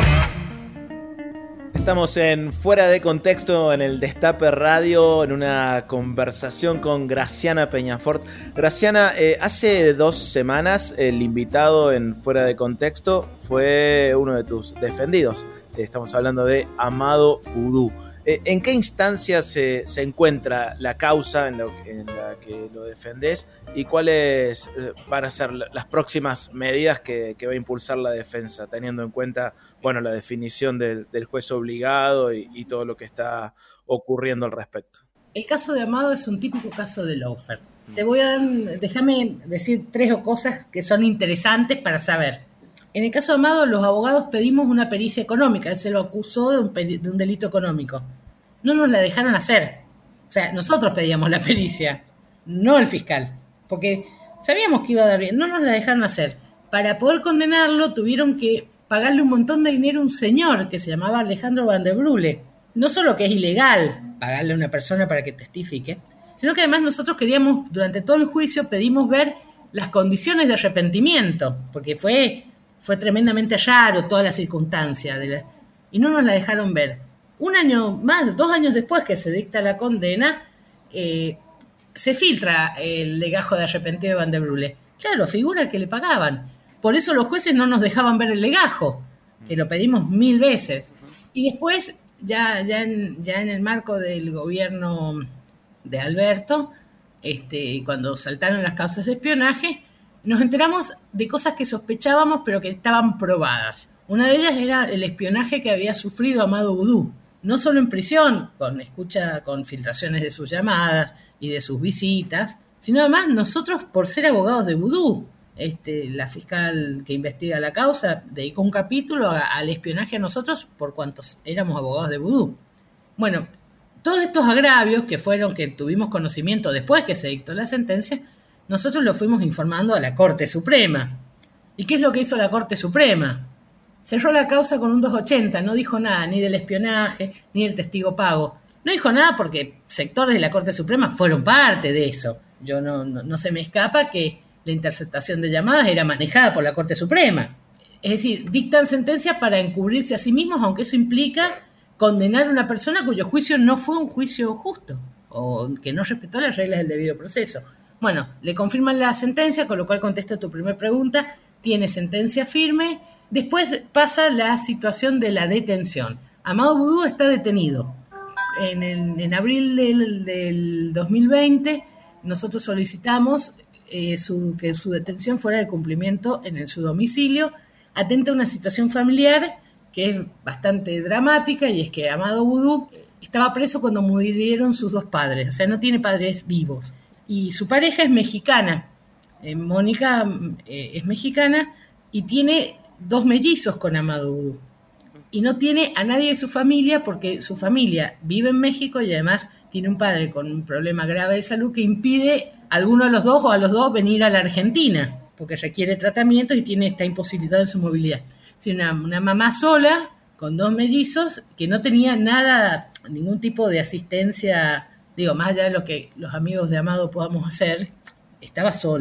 Estamos en Fuera de Contexto en el Destape Radio en una conversación con Graciana Peñafort. Graciana, eh, hace dos semanas el invitado en Fuera de Contexto fue uno de tus defendidos. Eh, estamos hablando de Amado Vudú. Eh, ¿En qué instancia se, se encuentra la causa en, lo, en la que lo defendés y cuáles eh, van a ser las próximas medidas que, que va a impulsar la defensa, teniendo en cuenta, bueno, la definición del, del juez obligado y, y todo lo que está ocurriendo al respecto? El caso de Amado es un típico caso de lawfare. Te voy a dar, déjame decir tres cosas que son interesantes para saber. En el caso de Amado, los abogados pedimos una pericia económica. Él se lo acusó de un, peri- de un delito económico. No nos la dejaron hacer. O sea, nosotros pedíamos la pericia, no el fiscal, porque sabíamos que iba a dar bien. No nos la dejaron hacer. Para poder condenarlo, tuvieron que pagarle un montón de dinero a un señor que se llamaba Alejandro Van der Brule. No solo que es ilegal pagarle a una persona para que testifique, sino que además nosotros queríamos, durante todo el juicio, pedimos ver las condiciones de arrepentimiento, porque fue... Fue tremendamente raro toda la circunstancia de la, y no nos la dejaron ver. Un año más, dos años después que se dicta la condena, eh, se filtra el legajo de arrepentido de Van der Brule. Claro, figura que le pagaban. Por eso los jueces no nos dejaban ver el legajo, que lo pedimos mil veces. Y después, ya, ya, en, ya en el marco del gobierno de Alberto, este, cuando saltaron las causas de espionaje, nos enteramos de cosas que sospechábamos pero que estaban probadas. Una de ellas era el espionaje que había sufrido Amado Vudú, no solo en prisión, con escucha, con filtraciones de sus llamadas y de sus visitas, sino además nosotros por ser abogados de Vudú. Este, la fiscal que investiga la causa dedicó un capítulo a, al espionaje a nosotros por cuantos éramos abogados de Vudú. Bueno, todos estos agravios que fueron, que tuvimos conocimiento después que se dictó la sentencia, nosotros lo fuimos informando a la Corte Suprema. ¿Y qué es lo que hizo la Corte Suprema? Cerró la causa con un doscientos ochenta, no dijo nada ni del espionaje, ni del testigo pago. No dijo nada porque sectores de la Corte Suprema fueron parte de eso. Yo no, no, no se me escapa que la interceptación de llamadas era manejada por la Corte Suprema. Es decir, dictan sentencias para encubrirse a sí mismos, aunque eso implica condenar a una persona cuyo juicio no fue un juicio justo o que no respetó las reglas del debido proceso. Bueno, le confirman la sentencia, con lo cual contesto tu primera pregunta, tiene sentencia firme. Después pasa la situación de la detención. Amado Vudú está detenido. En, el, en abril del, del dos mil veinte nosotros solicitamos eh, su, que su detención fuera de cumplimiento en el, su domicilio, atenta a una situación familiar que es bastante dramática, y es que Amado Vudú estaba preso cuando murieron sus dos padres, o sea, no tiene padres vivos. Y su pareja es mexicana, eh, Mónica eh, es mexicana y tiene dos mellizos con Amado Vudú. Y no tiene a nadie de su familia porque su familia vive en México y además tiene un padre con un problema grave de salud que impide a alguno de los dos o a los dos venir a la Argentina porque requiere tratamiento y tiene esta imposibilidad en su movilidad. Es decir, una, una mamá sola con dos mellizos que no tenía nada, ningún tipo de asistencia. Digo, más allá de lo que los amigos de Amado podamos hacer, estaba sola.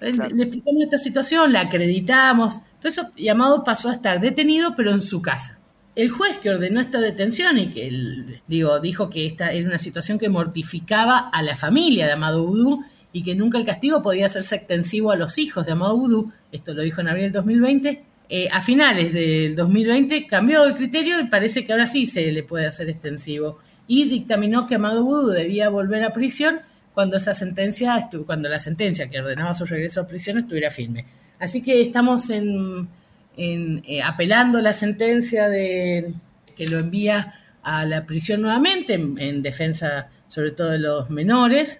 Claro. Le explicamos esta situación, la acreditamos, todo eso, y Amado pasó a estar detenido, pero en su casa. El juez que ordenó esta detención y que el, digo, dijo que esta era una situación que mortificaba a la familia de Amado Vudú y que nunca el castigo podía hacerse extensivo a los hijos de Amado Vudú, esto lo dijo en abril del dos mil veinte, eh, a finales del dos mil veinte cambió el criterio y parece que ahora sí se le puede hacer extensivo, y dictaminó que Amado Vudú debía volver a prisión cuando esa sentencia estu- cuando la sentencia que ordenaba su regreso a prisión estuviera firme. Así que estamos en... En, eh, apelando la sentencia de que lo envía a la prisión nuevamente en, en defensa sobre todo de los menores,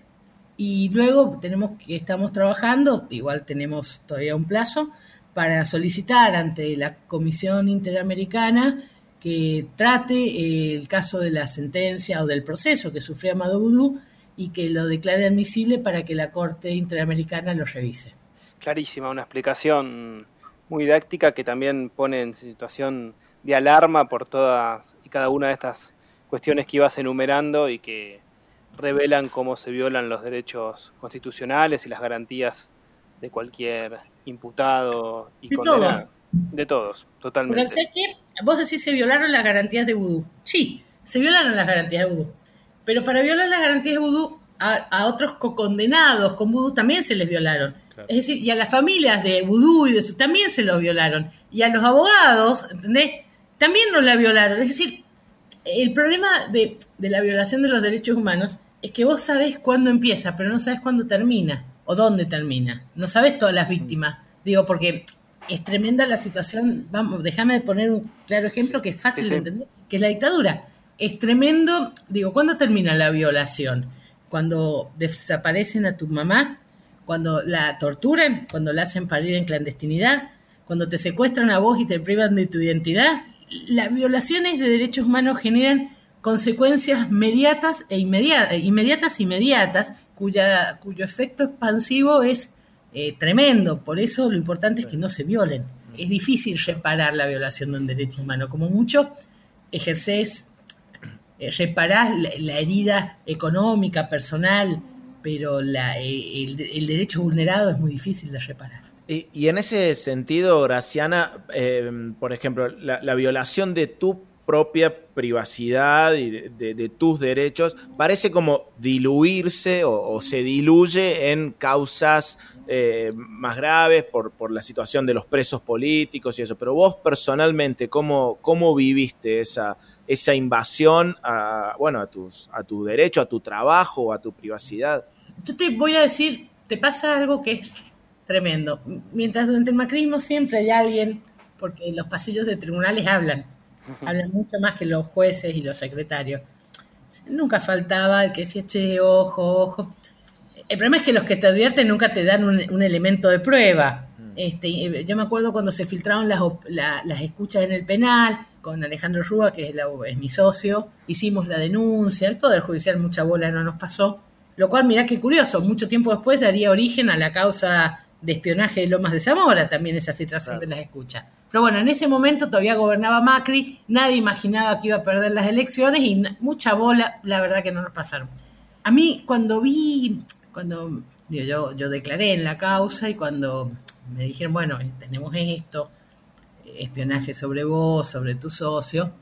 y luego tenemos que estamos trabajando, igual tenemos todavía un plazo para solicitar ante la Comisión Interamericana que trate eh, el caso de la sentencia o del proceso que sufrió Amado Vudú y que lo declare admisible para que la Corte Interamericana lo revise. Clarísima, una explicación muy didáctica que también pone en situación de alarma por todas y cada una de estas cuestiones que ibas enumerando y que revelan cómo se violan los derechos constitucionales y las garantías de cualquier imputado y de condenado. Todos. De todos, totalmente. Pero ¿sabes qué? Vos decís se violaron las garantías de Vudú. Sí, se violaron las garantías de Vudú. Pero para violar las garantías de Vudú, a, a otros condenados con Vudú también se les violaron. Claro. Es decir, y a las familias de Vudú y de su también se los violaron. Y a los abogados, ¿entendés? También nos la violaron. Es decir, el problema de, de la violación de los derechos humanos es que vos sabés cuándo empieza, pero no sabés cuándo termina o dónde termina. No sabés todas las víctimas. Digo, porque es tremenda la situación. Vamos, déjame poner un claro ejemplo que es fácil sí, sí. de entender, que es la dictadura. Es tremendo. Digo, ¿cuándo termina la violación? Cuando desaparecen a tu mamá, cuando la torturan, cuando la hacen parir en clandestinidad, cuando te secuestran a vos y te privan de tu identidad. Las violaciones de derechos humanos generan consecuencias mediatas e inmediatas, inmediatas e inmediatas, cuya, cuyo efecto expansivo es eh, tremendo. Por eso lo importante es que no se violen. Es difícil reparar la violación de un derecho humano. Como mucho ejercés, eh, reparás la, la herida económica, personal, pero la, el, el derecho vulnerado es muy difícil de reparar. Y, y en ese sentido, Graciana, eh, por ejemplo, la, la violación de tu propia privacidad y de, de, de tus derechos parece como diluirse o, o se diluye en causas eh, más graves por, por la situación de los presos políticos y eso. Pero vos personalmente, ¿cómo, cómo viviste esa, esa invasión a, bueno, a, tus, a tu derecho, a tu trabajo, a tu privacidad? Yo te voy a decir, te pasa algo que es tremendo. Mientras durante el macrismo siempre hay alguien, porque los pasillos de tribunales hablan, uh-huh. hablan mucho más que los jueces y los secretarios. Nunca faltaba el que decía, che, ojo, ojo. El problema es que los que te advierten nunca te dan un, un elemento de prueba. Uh-huh. Este, yo me acuerdo cuando se filtraron las, la, las escuchas en el penal, con Alejandro Rúa, que es, la, es mi socio, hicimos la denuncia, el Poder Judicial mucha bola no nos pasó. Lo cual, mirá qué curioso, mucho tiempo después daría origen a la causa de espionaje de Lomas de Zamora, también esa filtración claro. de las escuchas. Pero bueno, en ese momento todavía gobernaba Macri, nadie imaginaba que iba a perder las elecciones y mucha bola, la verdad que no nos pasaron. A mí, cuando vi, cuando digo, yo, yo declaré en la causa y cuando me dijeron, bueno, tenemos esto, espionaje sobre vos, sobre tu socio,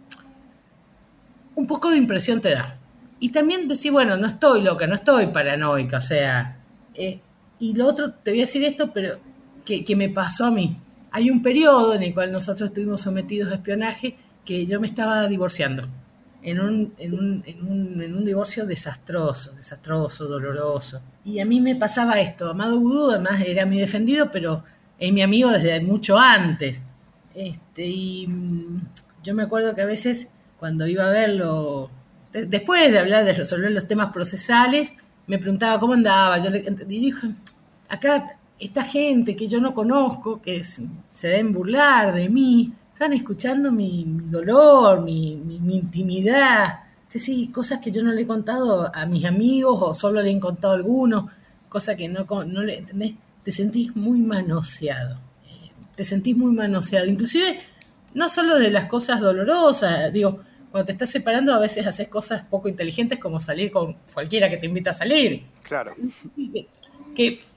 un poco de impresión te da. Y también decir, bueno, no estoy loca, no estoy paranoica, o sea... Eh, y lo otro, te voy a decir esto, pero que, que me pasó a mí. Hay un periodo en el cual nosotros estuvimos sometidos a espionaje que yo me estaba divorciando. En un, en un, en un, en un divorcio desastroso, desastroso, doloroso. Y a mí me pasaba esto. Amado Vudú, además, era mi defendido, pero es mi amigo desde mucho antes. Este, y yo me acuerdo que a veces, cuando iba a verlo... Después de hablar de resolver los temas procesales, me preguntaba cómo andaba. Yo le y dije, acá esta gente que yo no conozco, que es, se deben burlar de mí, están escuchando mi, mi dolor, mi, mi, mi intimidad. Sí, sí, cosas que yo no le he contado a mis amigos o solo le he contado a algunos, cosas que no, no le entendés. Te sentís muy manoseado. Eh, te sentís muy manoseado. Inclusive, no solo de las cosas dolorosas, digo... Cuando te estás separando, a veces haces cosas poco inteligentes como salir con cualquiera que te invita a salir. Claro. Que, que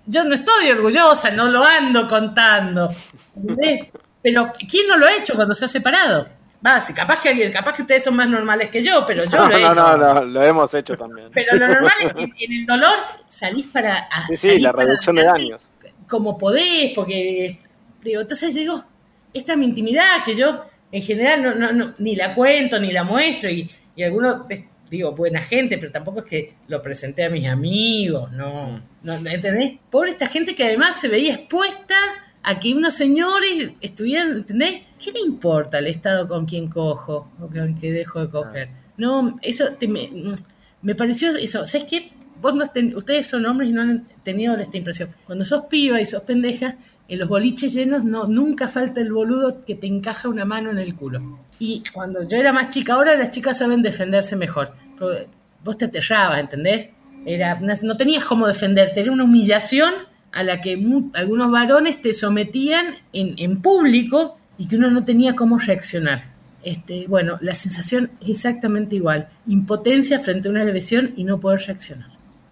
yo no estoy orgullosa, no lo ando contando. ¿Entendés? Pero ¿quién no lo ha hecho cuando se ha separado? Va, sí, capaz que alguien, capaz que ustedes son más normales que yo, pero yo no, lo he no, hecho. No, no, no, lo hemos hecho también. Pero lo normal es que en el dolor salís para... Sí, sí, la reducción de daños. Como podés, porque... Digo, entonces digo, esta es mi intimidad, que yo en general no, no, no, ni la cuento, ni la muestro, y, y algunos, digo, buena gente, pero tampoco es que lo presenté a mis amigos, no, no, ¿entendés? Pobre esta gente que además se veía expuesta a que unos señores estuvieran, ¿entendés? ¿Qué le importa el estado con quien cojo o con quien dejo de coger? No, eso te, me, me pareció eso. ¿Sabes qué? Vos no ten, ustedes son hombres y no han tenido esta impresión. Cuando sos piba y sos pendeja, en los boliches llenos no, nunca falta el boludo que te encaja una mano en el culo. Y cuando yo era más chica, ahora las chicas saben defenderse mejor. Pero vos te aterrabas, ¿entendés? Era, no tenías cómo defenderte, era una humillación a la que mu- algunos varones te sometían en, en público y que uno no tenía cómo reaccionar. Este, bueno, la sensación es exactamente igual. Impotencia frente a una agresión y no poder reaccionar.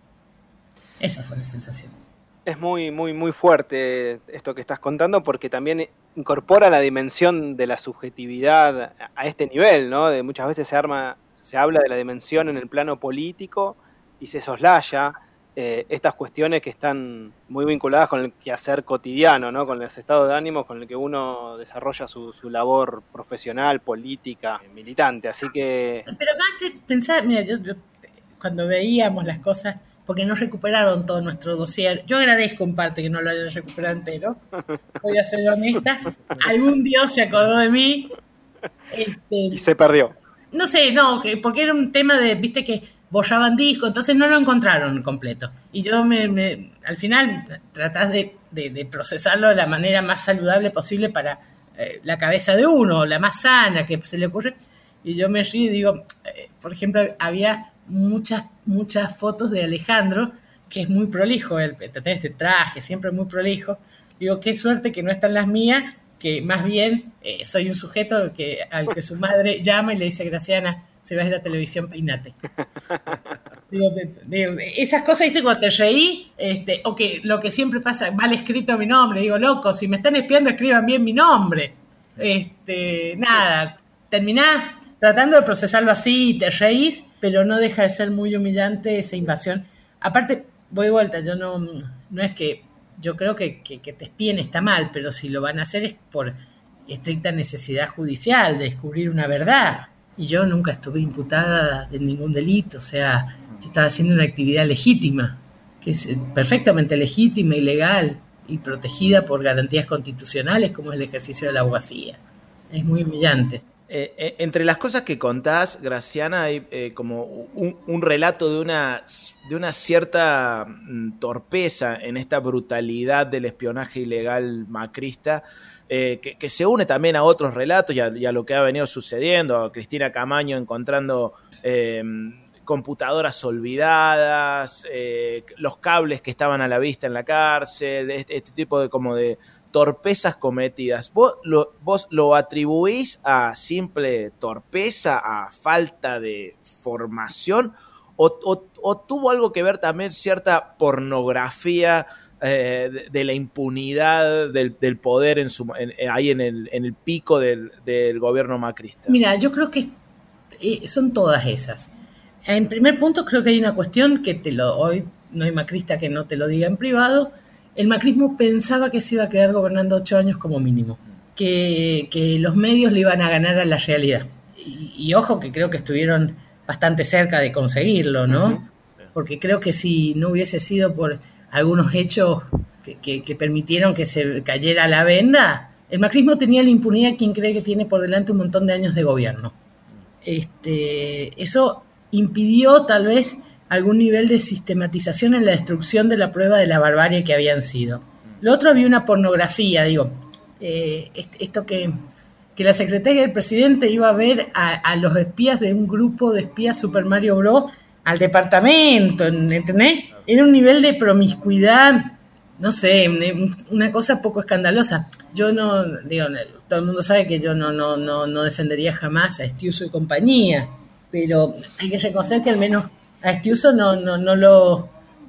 Esa fue la sensación. Es muy, muy, muy fuerte esto que estás contando porque también incorpora la dimensión de la subjetividad a este nivel, ¿no? De muchas veces se arma, se habla de la dimensión en el plano político y se soslaya eh, estas cuestiones que están muy vinculadas con el quehacer cotidiano, ¿no? Con los estados de ánimo con el que uno desarrolla su, su labor profesional, política, militante. Así que... Pero más de pensar, mira, yo, yo cuando veíamos las cosas, porque no recuperaron todo nuestro dossier, yo agradezco en parte que no lo hayan recuperado entero, voy a ser honesta, algún Dios se acordó de mí. Este, y se perdió. No sé, no, que, porque era un tema de, viste que borraban discos, entonces no lo encontraron completo. Y yo me, me al final tratás de, de, de procesarlo de la manera más saludable posible para eh, la cabeza de uno, la más sana que se le ocurre. Y yo me río y digo, eh, por ejemplo, había muchas, muchas fotos de Alejandro, que es muy prolijo, él, ¿entendés? De traje, siempre muy prolijo. Digo, qué suerte que no están las mías, que más bien eh, soy un sujeto que, al que su madre llama y le dice, Graciana, si vas a ir a televisión, peinate. digo, de, de, esas cosas, ¿viste? Cuando te reí, este, o que lo que siempre pasa, mal escrito mi nombre, digo, loco, si me están espiando, escriban bien mi nombre. Este, nada, terminás tratando de procesarlo así y te reís, pero no deja de ser muy humillante esa invasión. Aparte, voy de vuelta, yo no, no es que, yo creo que, que, que te espíen está mal, pero si lo van a hacer es por estricta necesidad judicial, de descubrir una verdad. Y yo nunca estuve imputada de ningún delito, o sea, yo estaba haciendo una actividad legítima, que es perfectamente legítima y legal, y protegida por garantías constitucionales como es el ejercicio de la abogacía. Es muy humillante. Eh, eh, entre las cosas que contás, Graciana, hay eh, como un, un relato de una, de una cierta mm, torpeza en esta brutalidad del espionaje ilegal macrista, eh, que, que se une también a otros relatos y a, y a lo que ha venido sucediendo, a Cristina Camaño encontrando eh, computadoras olvidadas, eh, los cables que estaban a la vista en la cárcel, este, este tipo de como de torpezas cometidas. ¿Vos lo, vos lo atribuís a simple torpeza, a falta de formación, o, o, o tuvo algo que ver también cierta pornografía eh, de, de la impunidad del, del poder en su, en, ahí en el, en el pico del, del gobierno macrista? Mira, yo creo que eh, son todas esas. En primer punto, creo que hay una cuestión que te lo hoy no hay macrista que no te lo diga en privado. El macrismo pensaba que se iba a quedar gobernando ocho años como mínimo, que, que los medios le iban a ganar a la realidad. Y, y ojo que creo que estuvieron bastante cerca de conseguirlo, ¿no? Uh-huh. Porque creo que si no hubiese sido por algunos hechos que, que, que permitieron que se cayera la venda, el macrismo tenía la impunidad, quien cree que tiene por delante un montón de años de gobierno. Este, eso impidió tal vez algún nivel de sistematización en la destrucción de la prueba de la barbarie que habían sido. Lo otro, había una pornografía, digo, eh, esto que, que la secretaria del presidente iba a ver a, a los espías de un grupo de espías Super Mario Bros. Al departamento, ¿entendés? Era un nivel de promiscuidad, no sé, una cosa poco escandalosa. Yo no, digo, todo el mundo sabe que yo no, no, no, no defendería jamás a Estiuso y compañía, pero hay que reconocer que al menos a Estiuso no, no, no, lo,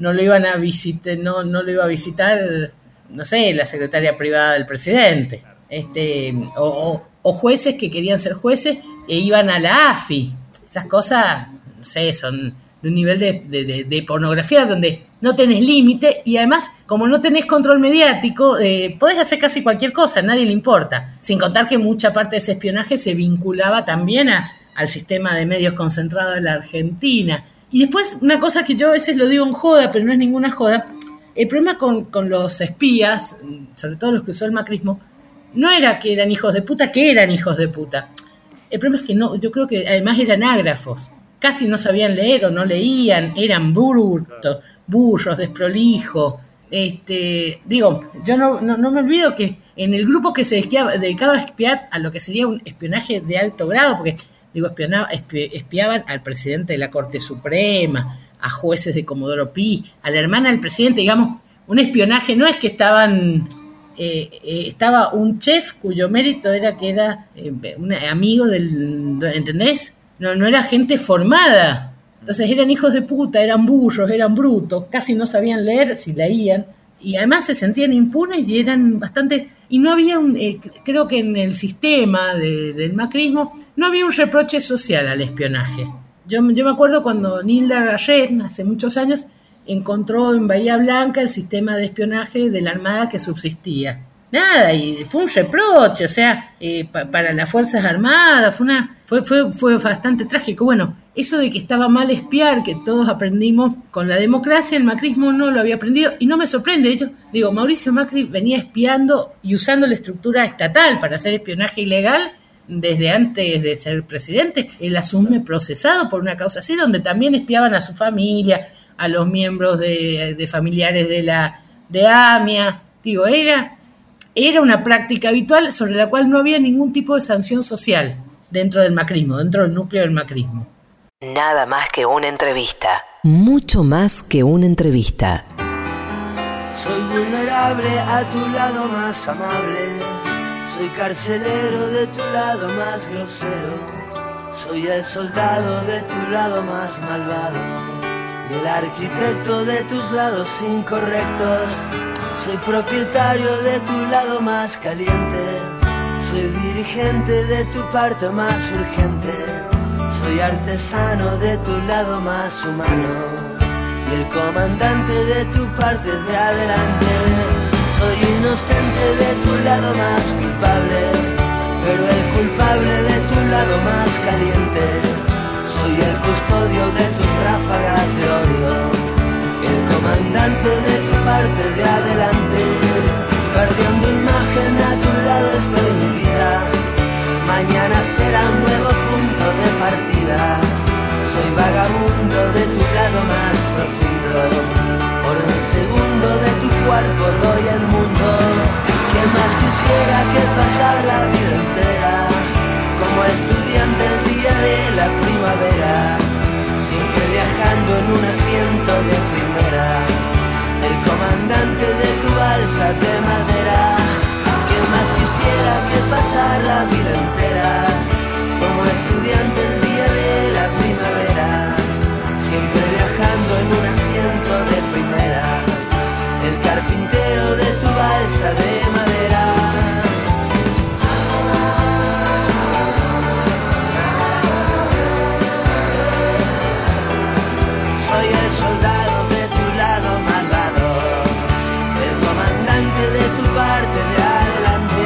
no lo iban a visitar, no, no lo iba a visitar, no sé, la secretaria privada del presidente, este, o, o, o jueces que querían ser jueces e iban a la A F I. Esas cosas, no sé, son de un nivel de, de, de, de pornografía donde no tenés límite y además, como no tenés control mediático, eh, podés hacer casi cualquier cosa, a nadie le importa. Sin contar que mucha parte de ese espionaje se vinculaba también a, al sistema de medios concentrado de la Argentina. Y después, una cosa que yo a veces lo digo en joda, pero no es ninguna joda, el problema con, con los espías, sobre todo los que usó el macrismo, no era que eran hijos de puta, que eran hijos de puta. El problema es que no, yo creo que además eran ágrafos. Casi no sabían leer o no leían, eran brutos, burros, desprolijos. Este, digo, yo no, no, no me olvido que en el grupo que se dedicaba, dedicaba a espiar a lo que sería un espionaje de alto grado, porque digo, espionaba, espi, espiaban al presidente de la Corte Suprema, a jueces de Comodoro Pi, a la hermana del presidente, digamos, un espionaje, no es que estaban, eh, eh, estaba un chef cuyo mérito era que era eh, un amigo del, ¿entendés? No, no era gente formada. Entonces eran hijos de puta, eran burros, eran brutos, casi no sabían leer, si leían, y además se sentían impunes y eran bastante... Y no había un... Eh, creo que en el sistema de, del macrismo no había un reproche social al espionaje. Yo, yo me acuerdo cuando Nilda Garret, hace muchos años, encontró en Bahía Blanca el sistema de espionaje de la Armada que subsistía. Nada, y fue un reproche, o sea, eh, pa, para las Fuerzas Armadas, fue una fue, fue, fue bastante trágico. Bueno, eso de que estaba mal espiar, que todos aprendimos con la democracia, el macrismo no lo había aprendido, y no me sorprende. De hecho, digo, Mauricio Macri venía espiando y usando la estructura estatal para hacer espionaje ilegal desde antes de ser presidente. Él asume procesado por una causa así, donde también espiaban a su familia, a los miembros de, de familiares de la de AMIA. Digo, era... Era una práctica habitual sobre la cual no había ningún tipo de sanción social dentro del macrismo, dentro del núcleo del macrismo. Nada más que una entrevista. Mucho más que una entrevista. Soy vulnerable a tu lado más amable. Soy carcelero de tu lado más grosero. Soy el soldado de tu lado más malvado. Y el arquitecto de tus lados incorrectos. Soy propietario de tu lado más caliente. Soy dirigente de tu parte más urgente. Soy artesano de tu lado más humano. Y el comandante de tu parte de adelante. Soy inocente de tu lado más culpable, pero el culpable de tu lado más caliente. Soy el custodio de tus ráfagas de odio. El comandante de tu parte de adelante, perdiendo imagen a tu lado estoy mi vida. Mañana será un nuevo punto de partida. Soy vagabundo de tu lado más profundo. Por un segundo de tu cuerpo doy el mundo. ¿Qué más quisiera que pasar la vida entera como estudiante el día de la primavera? Siempre viajando en un asiento de primera, el comandante de tu balsa de madera. ¿Qué más quisiera que pasar la vida entera como estudiante el día de la primavera? Siempre viajando en un asiento de primera, el carpintero de tu balsa de madera. Soy el soldado de tu lado malvado, el comandante de tu parte de adelante.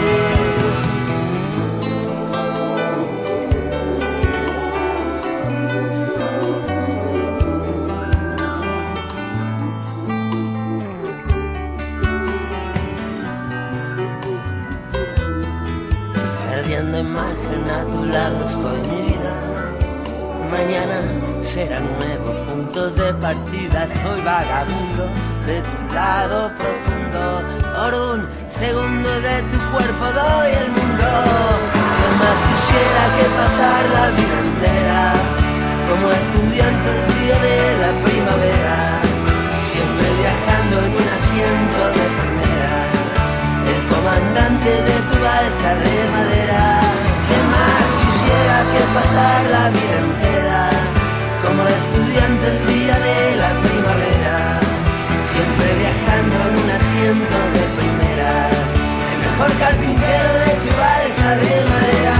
Perdiendo imagen a tu lado estoy mi vida. Mañana será nuevo punto de partida. Soy vagabundo de tu lado profundo. Por un segundo de tu cuerpo doy el mundo. ¿Qué más quisiera que pasar la vida entera como estudiante el día de la primavera? Siempre viajando en un asiento de primera, el comandante de tu balsa de madera. ¿Qué más quisiera que pasar la vida entera como estudiante el día de la primavera? carcelero de tu balsa de madera.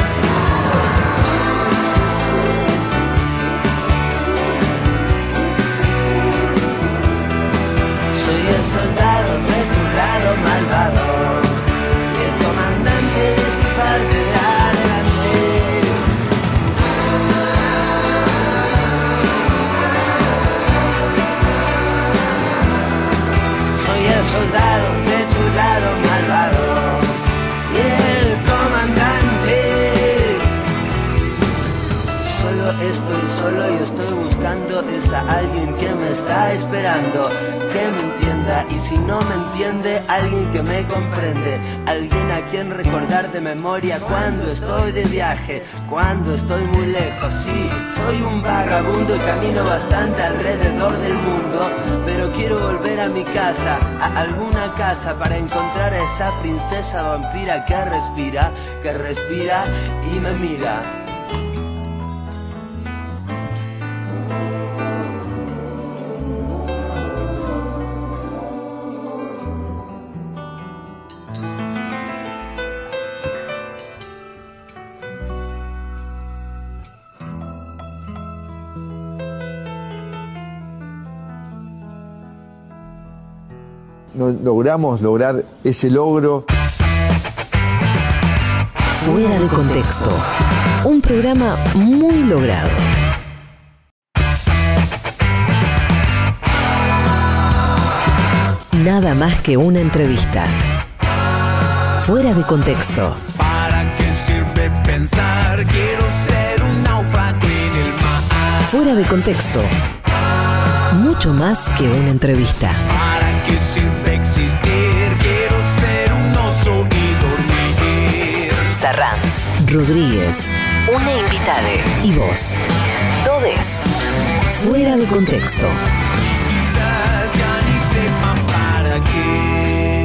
Soy el soldado de tu lado malvado, el comandante de tu parte de adelante. Soy el soldado de tu lado malvado y el comandante. Solo estoy solo y estoy buscando es a alguien que me está esperando, que me entienda, y si no me entiende, alguien que me comprende, alguien a quien recordar de memoria cuando estoy de viaje, cuando estoy muy lejos. Sí, soy un vagabundo y camino bastante alrededor del mundo, pero quiero volver a mi casa, a alguna casa, para encontrar a esa princesa vampira que respira, que respira y me mira. No logramos lograr ese logro. Fuera de contexto. Un programa muy logrado. Nada más que una entrevista. Fuera de contexto. ¿Para qué sirve pensar? Quiero ser un náufrago en el mar. Fuera de contexto. Mucho más que una entrevista. ¿Para qué sirve existir? Quiero ser un oso y dormir. Sarranz, Rodríguez, una invitada y vos. Todes. Fuera de contexto. Quizás ya ni sepan para qué.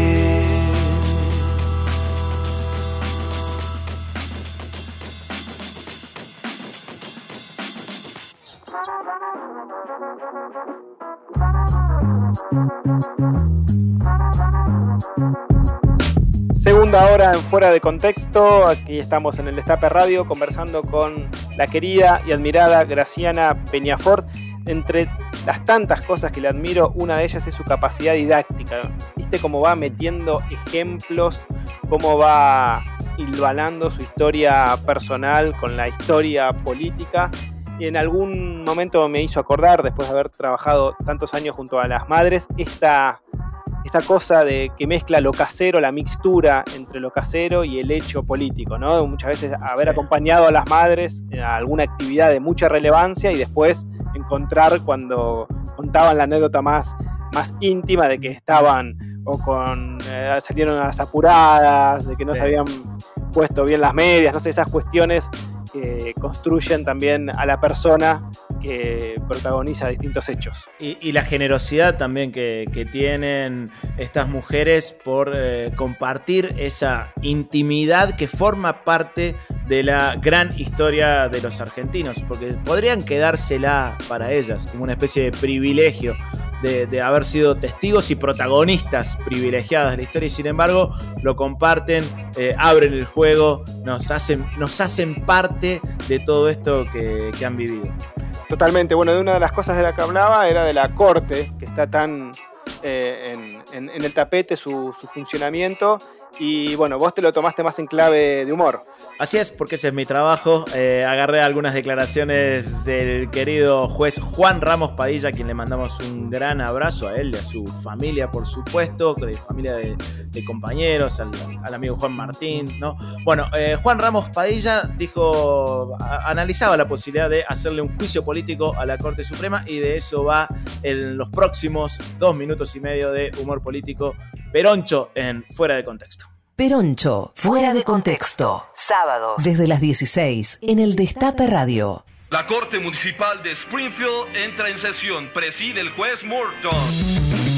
Segunda hora en Fuera de Contexto. Aquí estamos en el Destape Radio conversando con la querida y admirada Graciana Peñafort. Entre las tantas cosas que le admiro, una de ellas es su capacidad didáctica. ¿Viste cómo va metiendo ejemplos? ¿Cómo va hilvanando su historia personal con la historia política? Y en algún momento me hizo acordar, después de haber trabajado tantos años junto a las madres, esta, esta cosa de que mezcla lo casero, la mixtura entre lo casero y el hecho político, ¿no? Muchas veces haber sí. acompañado a las madres en alguna actividad de mucha relevancia y después encontrar cuando contaban la anécdota más, más íntima de que estaban o con eh, salieron a las apuradas, de que no sí. se habían puesto bien las medias, no sé, esas cuestiones que construyen también a la persona que protagoniza distintos hechos. Y, y la generosidad también que, que tienen estas mujeres por eh, compartir esa intimidad que forma parte de la gran historia de los argentinos, porque podrían quedársela para ellas como una especie de privilegio de, de haber sido testigos y protagonistas privilegiadas de la historia, y sin embargo lo comparten, eh, abren el juego, nos hacen, nos hacen parte de todo esto que, que han vivido. Totalmente. Bueno, de una de las cosas de la que hablaba era de la corte, que está tan eh, en, en, en el tapete su, su funcionamiento. Y bueno, vos te lo tomaste más en clave de humor. Así es, porque ese es mi trabajo. Eh, agarré algunas declaraciones del querido juez Juan Ramos Padilla, a quien le mandamos un gran abrazo a él y a su familia, por supuesto, de familia de, de compañeros, al, al amigo Juan Martín, ¿no? Bueno, eh, Juan Ramos Padilla dijo, a, analizaba la posibilidad de hacerle un juicio político a la Corte Suprema, y de eso va en los próximos dos minutos y medio de humor político Peroncho en Fuera de Contexto. Peroncho, Fuera de Contexto. Sábados desde las dieciséis en el Destape Radio. La Corte Municipal de Springfield entra en sesión. Preside el juez Morton.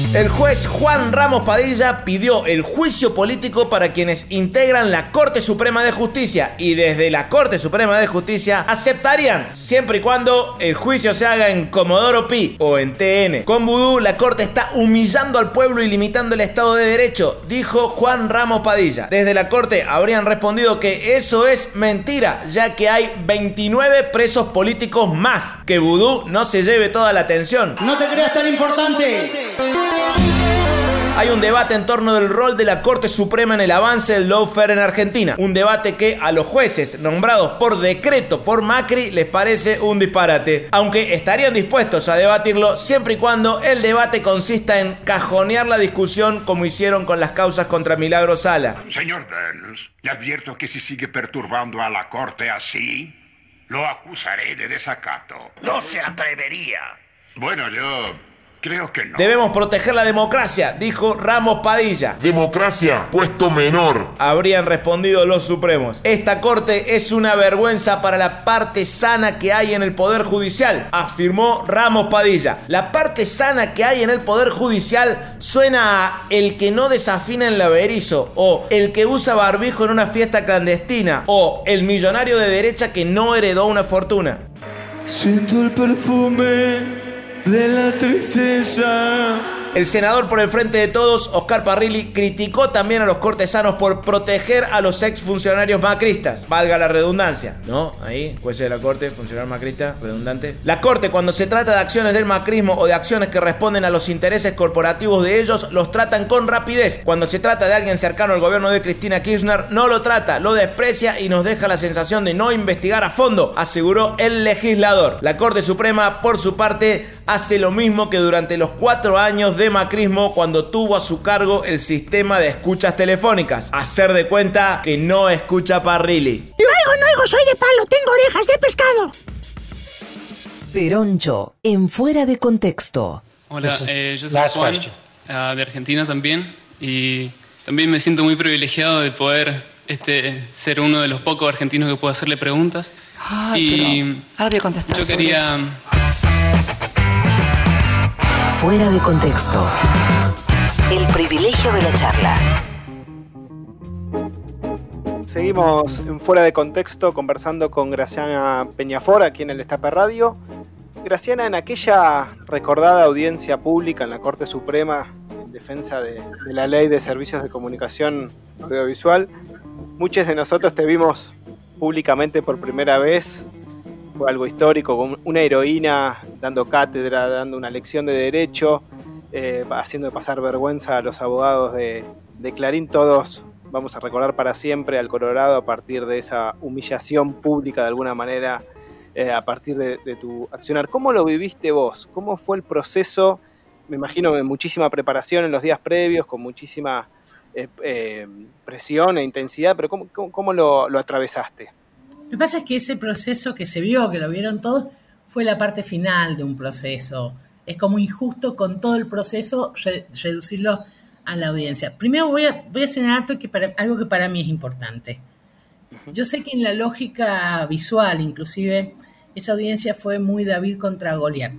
El juez Juan Ramos Padilla pidió el juicio político para quienes integran la Corte Suprema de Justicia y desde la Corte Suprema de Justicia aceptarían siempre y cuando el juicio se haga en Comodoro Pi o en T N. Con vudú la Corte está humillando al pueblo y limitando el Estado de Derecho, dijo Juan Ramos Padilla. Desde la Corte habrían respondido que eso es mentira, ya que hay veintinueve presos políticos más. Que vudú no se lleve toda la atención. No te creas tan importante. Hay un debate en torno del rol de la Corte Suprema en el avance del lawfare en Argentina. Un debate que a los jueces nombrados por decreto por Macri les parece un disparate. Aunque estarían dispuestos a debatirlo siempre y cuando el debate consista en cajonear la discusión como hicieron con las causas contra Milagro Sala. Señor Burns, le advierto que si sigue perturbando a la Corte así, lo acusaré de desacato. No se atrevería. Bueno, yo... creo que no. Debemos proteger la democracia, dijo Ramos Padilla. Democracia, puesto menor, habrían respondido los supremos. Esta corte es una vergüenza para la parte sana que hay en el Poder Judicial, afirmó Ramos Padilla. La parte sana que hay en el Poder Judicial suena a el que no desafina en la Berizo, o el que usa barbijo en una fiesta clandestina, o el millonario de derecha que no heredó una fortuna. Siento el perfume de la tristeza. El senador por el Frente de Todos, Oscar Parrilli, criticó también a los cortesanos por proteger a los exfuncionarios macristas. Valga la redundancia, ¿no? Ahí, jueces de la Corte, funcionario macrista, redundante. La Corte, cuando se trata de acciones del macrismo o de acciones que responden a los intereses corporativos de ellos, los tratan con rapidez. Cuando se trata de alguien cercano al gobierno de Cristina Kirchner, no lo trata, lo desprecia y nos deja la sensación de no investigar a fondo, aseguró el legislador. La Corte Suprema, por su parte, hace lo mismo que durante los cuatro años de macrismo cuando tuvo a su cargo el sistema de escuchas telefónicas. Hacer de cuenta que no escucha Parrilli. No oigo, no oigo, soy de palo, tengo orejas de pescado. Peroncho, en Fuera de Contexto. Hola, eh, yo soy Juan, uh, de Argentina también, y también me siento muy privilegiado de poder este, ser uno de los pocos argentinos que puedo hacerle preguntas. Ay, y pero ahora voy a contestar. Yo quería... Eso. Fuera de Contexto. El privilegio de la charla. Seguimos en Fuera de Contexto conversando con Graciana Peñafort aquí en el Destape Radio. Graciana, en aquella recordada audiencia pública en la Corte Suprema en defensa de, de la Ley de Servicios de Comunicación Audiovisual, muchos de nosotros te vimos públicamente por primera vez. Fue algo histórico, con una heroína dando cátedra, dando una lección de derecho, eh, haciendo pasar vergüenza a los abogados de, de Clarín. Todos vamos a recordar para siempre al Colorado a partir de esa humillación pública de alguna manera, eh, a partir de, de tu accionar. ¿Cómo lo viviste vos? ¿Cómo fue el proceso? Me imagino de muchísima preparación en los días previos, con muchísima eh, eh, presión e intensidad, pero ¿cómo, cómo, cómo lo, lo atravesaste? Lo que pasa es que ese proceso que se vio, que lo vieron todos, fue la parte final de un proceso. Es como injusto con todo el proceso re- reducirlo a la audiencia. Primero voy a, voy a señalar que para, algo que para mí es importante. Yo sé que en la lógica visual, inclusive, esa audiencia fue muy David contra Goliat.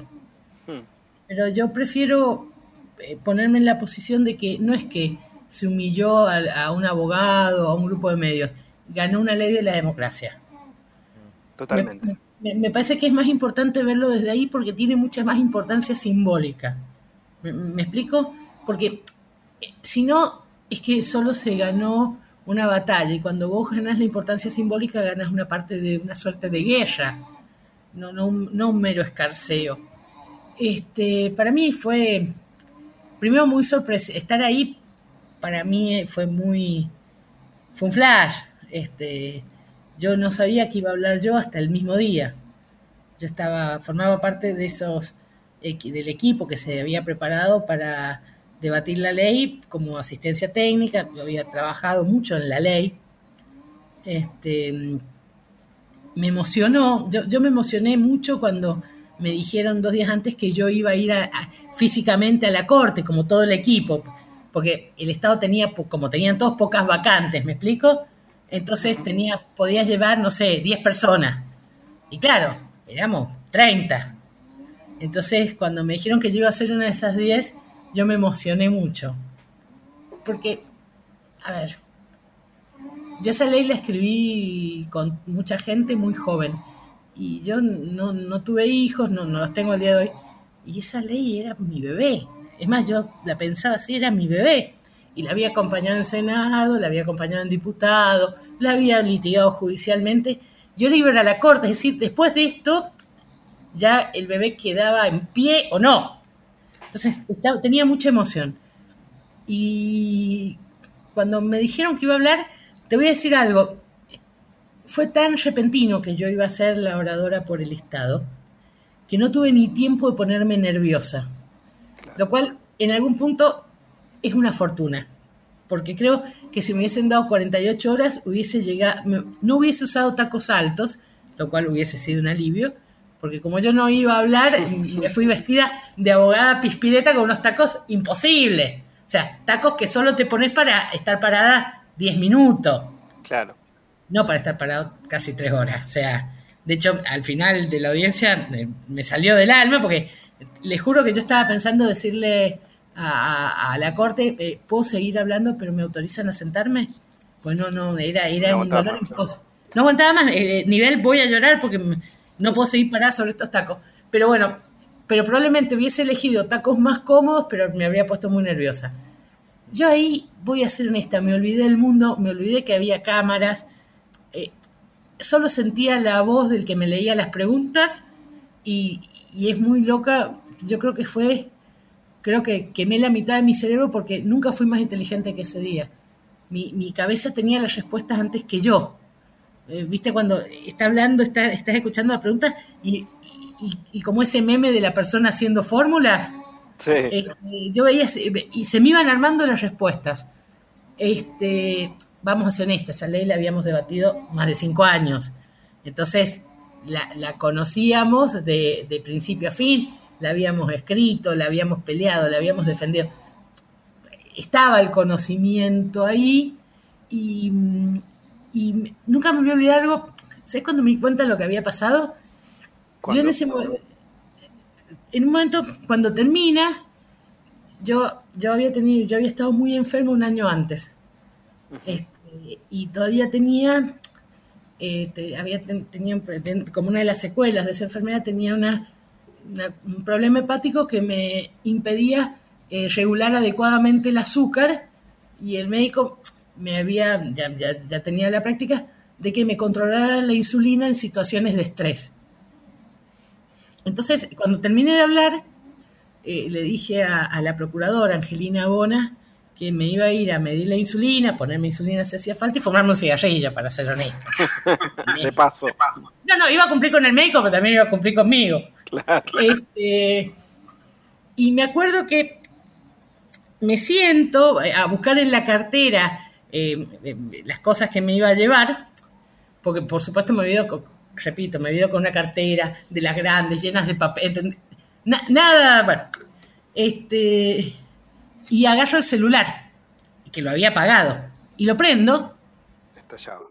Pero yo prefiero ponerme en la posición de que no es que se humilló a, a un abogado o a un grupo de medios, ganó una ley de la democracia. Totalmente. Me, me parece que es más importante verlo desde ahí porque tiene mucha más importancia simbólica. ¿Me, me explico? Porque si no, es que solo se ganó una batalla y cuando vos ganás la importancia simbólica ganás una parte de una suerte de guerra, no, no, un, no un mero escarceo. Este, para mí fue, primero muy sorpresa, estar ahí para mí fue muy, fue un flash. Este, yo no sabía que iba a hablar yo hasta el mismo día. Yo estaba, formaba parte de esos, del equipo que se había preparado para debatir la ley como asistencia técnica. Yo había trabajado mucho en la ley. Este, me emocionó, yo, yo me emocioné mucho cuando me dijeron dos días antes que yo iba a ir a, a, físicamente a la corte, como todo el equipo, porque el Estado tenía, como tenían todos pocas vacantes, ¿me explico? Entonces tenía, podía llevar, no sé, diez personas. Y claro, éramos treinta. Entonces, cuando me dijeron que yo iba a ser una de esas diez, yo me emocioné mucho. Porque, a ver, yo esa ley la escribí con mucha gente muy joven. Y yo no, no tuve hijos, no, no los tengo al día de hoy. Y esa ley era mi bebé. Es más, yo la pensaba así, era mi bebé. Y la había acompañado en Senado, la había acompañado en diputado, la había litigado judicialmente. Yo le iba a ir a la corte, es decir, después de esto, ya el bebé quedaba en pie o no. Entonces, estaba, tenía mucha emoción. Y cuando me dijeron que iba a hablar, te voy a decir algo. Fue tan repentino que yo iba a ser la oradora por el Estado, que no tuve ni tiempo de ponerme nerviosa. Lo cual, en algún punto, es una fortuna. Porque creo que si me hubiesen dado cuarenta y ocho horas, hubiese llegado, no hubiese usado tacos altos, lo cual hubiese sido un alivio, porque como yo no iba a hablar, me fui vestida de abogada pispireta con unos tacos imposibles. O sea, tacos que solo te pones para estar parada diez minutos. Claro. No para estar parado casi tres horas. O sea, de hecho, al final de la audiencia me salió del alma, porque les juro que yo estaba pensando decirle a, a, a la corte, eh, ¿puedo seguir hablando, pero me autorizan a sentarme? Pues no, no, era, era no un dolor imposible. No aguantaba más, eh, nivel voy a llorar porque no puedo seguir parada sobre estos tacos. Pero bueno, pero probablemente hubiese elegido tacos más cómodos, pero me habría puesto muy nerviosa. Yo ahí, voy a ser honesta, me olvidé del mundo, me olvidé que había cámaras, eh, solo sentía la voz del que me leía las preguntas y, y es muy loca. Yo creo que fue, creo que quemé la mitad de mi cerebro porque nunca fui más inteligente que ese día. Mi, mi cabeza tenía las respuestas antes que yo. Eh, ¿Viste? Cuando está hablando, está, estás escuchando la pregunta y, y, y como ese meme de la persona haciendo fórmulas. Sí. Eh, yo veía y se me iban armando las respuestas. Este, vamos a ser honestas, esa ley la habíamos debatido más de cinco años. Entonces la, la conocíamos de, de principio a fin, la habíamos escrito, la habíamos peleado, la habíamos defendido. Estaba el conocimiento ahí y, y nunca me voy a olvidar algo. ¿Sabes cuando me di cuenta de lo que había pasado? Yo en ese momento, en un momento, cuando termina, yo, yo había tenido, yo había estado muy enfermo un año antes. Este, y todavía tenía, eh, te, había tenía como una de las secuelas de esa enfermedad, tenía una, una, un problema hepático que me impedía eh, regular adecuadamente el azúcar, y el médico me había, ya, ya, ya tenía la práctica de que me controlara la insulina en situaciones de estrés. Entonces, cuando terminé de hablar, eh, le dije a, a la procuradora, Angelina Bona, que me iba a ir a medir la insulina, ponerme insulina si hacía falta y fumarme un cigarrillo, para ser honesto. De paso. No, no, iba a cumplir con el médico, pero también iba a cumplir conmigo. Claro. Este, y me acuerdo que me siento a buscar en la cartera eh, las cosas que me iba a llevar, porque por supuesto me olvidó con... Repito, me vio con una cartera de las grandes, llenas de papel, na, nada, bueno, este, y agarro el celular, que lo había apagado, y lo prendo. Estallaba.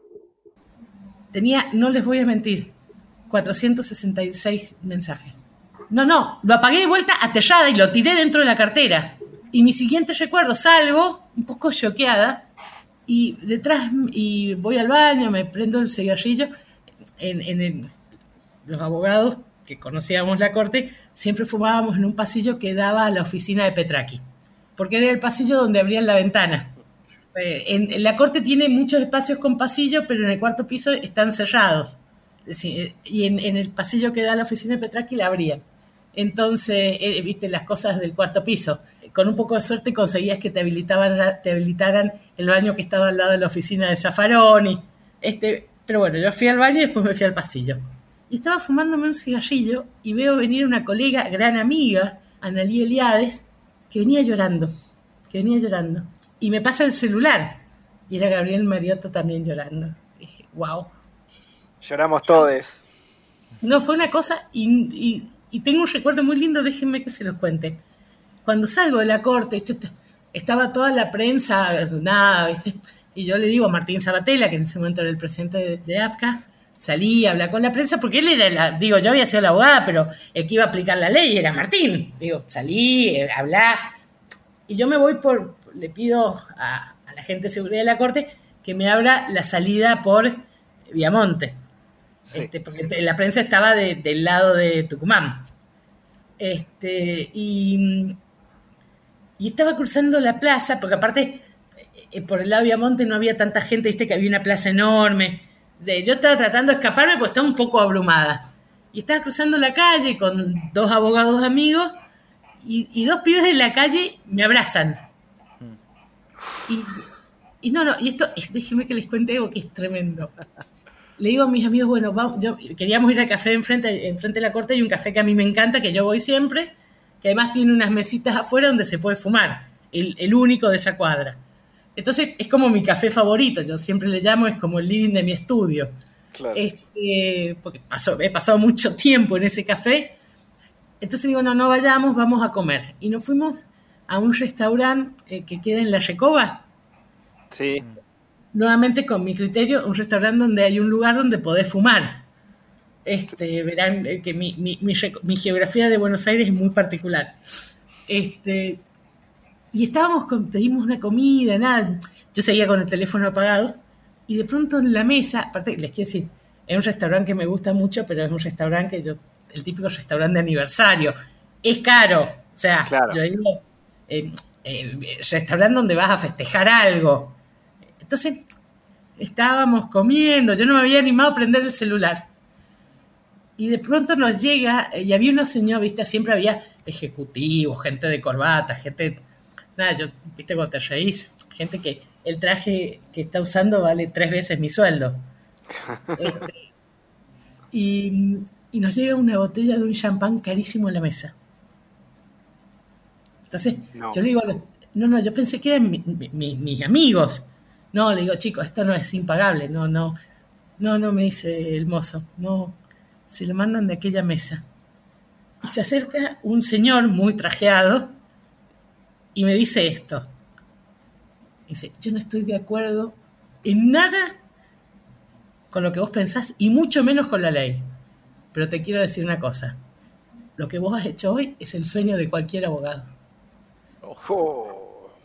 Tenía, no les voy a mentir, cuatrocientos sesenta y seis mensajes. No, no, lo apagué de vuelta aterrada y lo tiré dentro de la cartera. Y mi siguiente recuerdo, salgo, un poco choqueada, y detrás, y voy al baño, me prendo el cigarrillo. En, en el, los abogados que conocíamos la corte siempre fumábamos en un pasillo que daba a la oficina de Petraki, porque era el pasillo donde abrían la ventana. Eh, en, en la corte tiene muchos espacios con pasillo, pero en el cuarto piso están cerrados. Es decir, y en, en el pasillo que da a la oficina de Petraki la abrían. Entonces, eh, viste las cosas del cuarto piso. Con un poco de suerte conseguías que te habilitaban, te habilitaran el baño que estaba al lado de la oficina de Zaffaroni. Este... Pero bueno, yo fui al baño y después me fui al pasillo. Y estaba fumándome un cigarrillo y veo venir una colega, gran amiga, Analí Eliades, que venía llorando, que venía llorando. Y me pasa el celular. Y era Gabriel Mariotto también llorando. Y dije, wow. Lloramos todos. No, fue una cosa, y, y, y tengo un recuerdo muy lindo, déjenme que se los cuente. Cuando salgo de la corte, estaba toda la prensa, nada, ¿viste? Y yo le digo a Martín Sabatella, que en ese momento era el presidente de, de A F C A, salí a hablar con la prensa, porque él era, la, digo, yo había sido la abogada, pero el que iba a aplicar la ley era Martín. Digo, salí, eh, hablá. y yo me voy por, le pido a, a la gente de seguridad de la corte que me abra la salida por Viamonte, sí. este, porque la prensa estaba de, del lado de Tucumán. Este, y, y estaba cruzando la plaza, porque aparte eh, por el lado de Viamonte no había tanta gente, viste que había una plaza enorme. De, yo estaba tratando de escaparme porque estaba un poco abrumada. Y estaba cruzando la calle con dos abogados amigos y, y dos pibes de la calle me abrazan. Y, y no, no, y esto, déjenme que les cuente algo que es tremendo. Le digo a mis amigos, bueno, vamos, yo, queríamos ir al café enfrente, enfrente de la corte, hay un café que a mí me encanta, que yo voy siempre, que además tiene unas mesitas afuera donde se puede fumar, el, el único de esa cuadra. Entonces es como mi café favorito, yo siempre le llamo, es como el living de mi estudio. Claro. Este, porque pasó, he pasado mucho tiempo en ese café. Entonces digo, no, no vayamos, vamos a comer. Y nos fuimos a un restaurante eh, que queda en La Recoba. Sí. Nuevamente con mi criterio, un restaurante donde hay un lugar donde podés fumar. Este, verán que mi, mi, mi, mi geografía de Buenos Aires es muy particular. Este, y estábamos con, pedimos una comida, nada. Yo seguía con el teléfono apagado. Y de pronto en la mesa, aparte les quiero decir, es un restaurante que me gusta mucho, pero es un restaurante que yo, el típico restaurante de aniversario. Es caro. O sea, claro. Yo digo, eh, eh, restaurante donde vas a festejar algo. Entonces, estábamos comiendo, yo no me había animado a prender el celular. Y de pronto nos llega, y había unos señores, viste, siempre había ejecutivos, gente de corbata, gente, nada, yo, viste, cuando te reís, gente que el traje que está usando vale tres veces mi sueldo. Este, y, y nos llega una botella de un champán carísimo en la mesa. Entonces, no. yo le digo, no, no, yo pensé que eran mi, mi, mi, mis amigos. No, le digo, chicos, esto no es impagable. No, no, no, no, me dice el mozo. No, se lo mandan de aquella mesa. Y se acerca un señor muy trajeado y me dice esto. Dice, yo no estoy de acuerdo en nada con lo que vos pensás y mucho menos con la ley. Pero te quiero decir una cosa. Lo que vos has hecho hoy es el sueño de cualquier abogado. Ojo.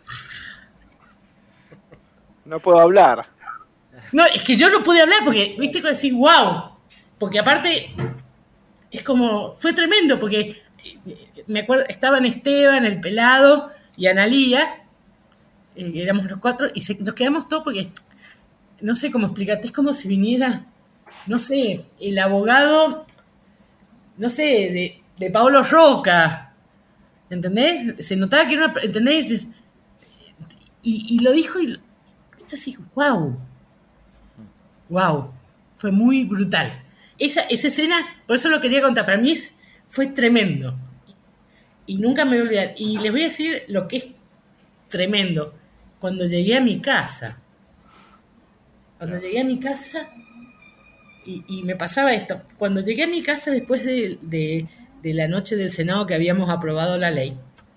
No puedo hablar. No, es que yo no pude hablar porque, viste, que decir, wow. Porque aparte, es como, fue tremendo porque me acuerdo, estaban Esteban, el pelado y Analía. Eh, éramos los cuatro y se, nos quedamos todos porque no sé cómo explicarte, es como si viniera, no sé, el abogado, no sé, de, de Paolo Roca, ¿entendés? Se notaba que era una, ¿entendés? Y, y lo dijo y viste así, wow, wow, fue muy brutal. Esa, esa escena, por eso lo quería contar, para mí es, fue tremendo y nunca me voy a olvidar. Y les voy a decir lo que es tremendo. Cuando llegué a mi casa, cuando llegué a mi casa, y, y me pasaba esto, cuando llegué a mi casa después de, de, de la noche del Senado que habíamos aprobado la ley,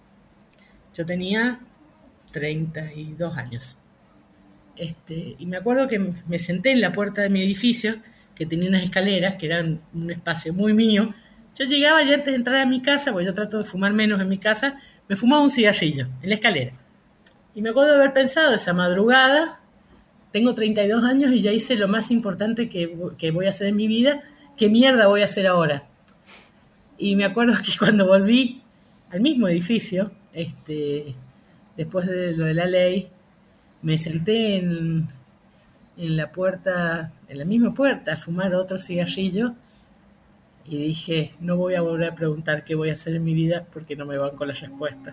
yo tenía treinta y dos años. Este, y me acuerdo que me senté en la puerta de mi edificio, que tenía unas escaleras, que eran un espacio muy mío. Yo llegaba y antes de entrar a mi casa, porque yo trato de fumar menos en mi casa, me fumaba un cigarrillo en la escalera. Y me acuerdo de haber pensado esa madrugada, tengo treinta y dos años y ya hice lo más importante que, que voy a hacer en mi vida, ¿qué mierda voy a hacer ahora? Y me acuerdo que cuando volví al mismo edificio, este, después de lo de la ley, me senté en, en la puerta, en la misma puerta, a fumar otro cigarrillo y dije, no voy a volver a preguntar qué voy a hacer en mi vida porque no me van con las respuestas.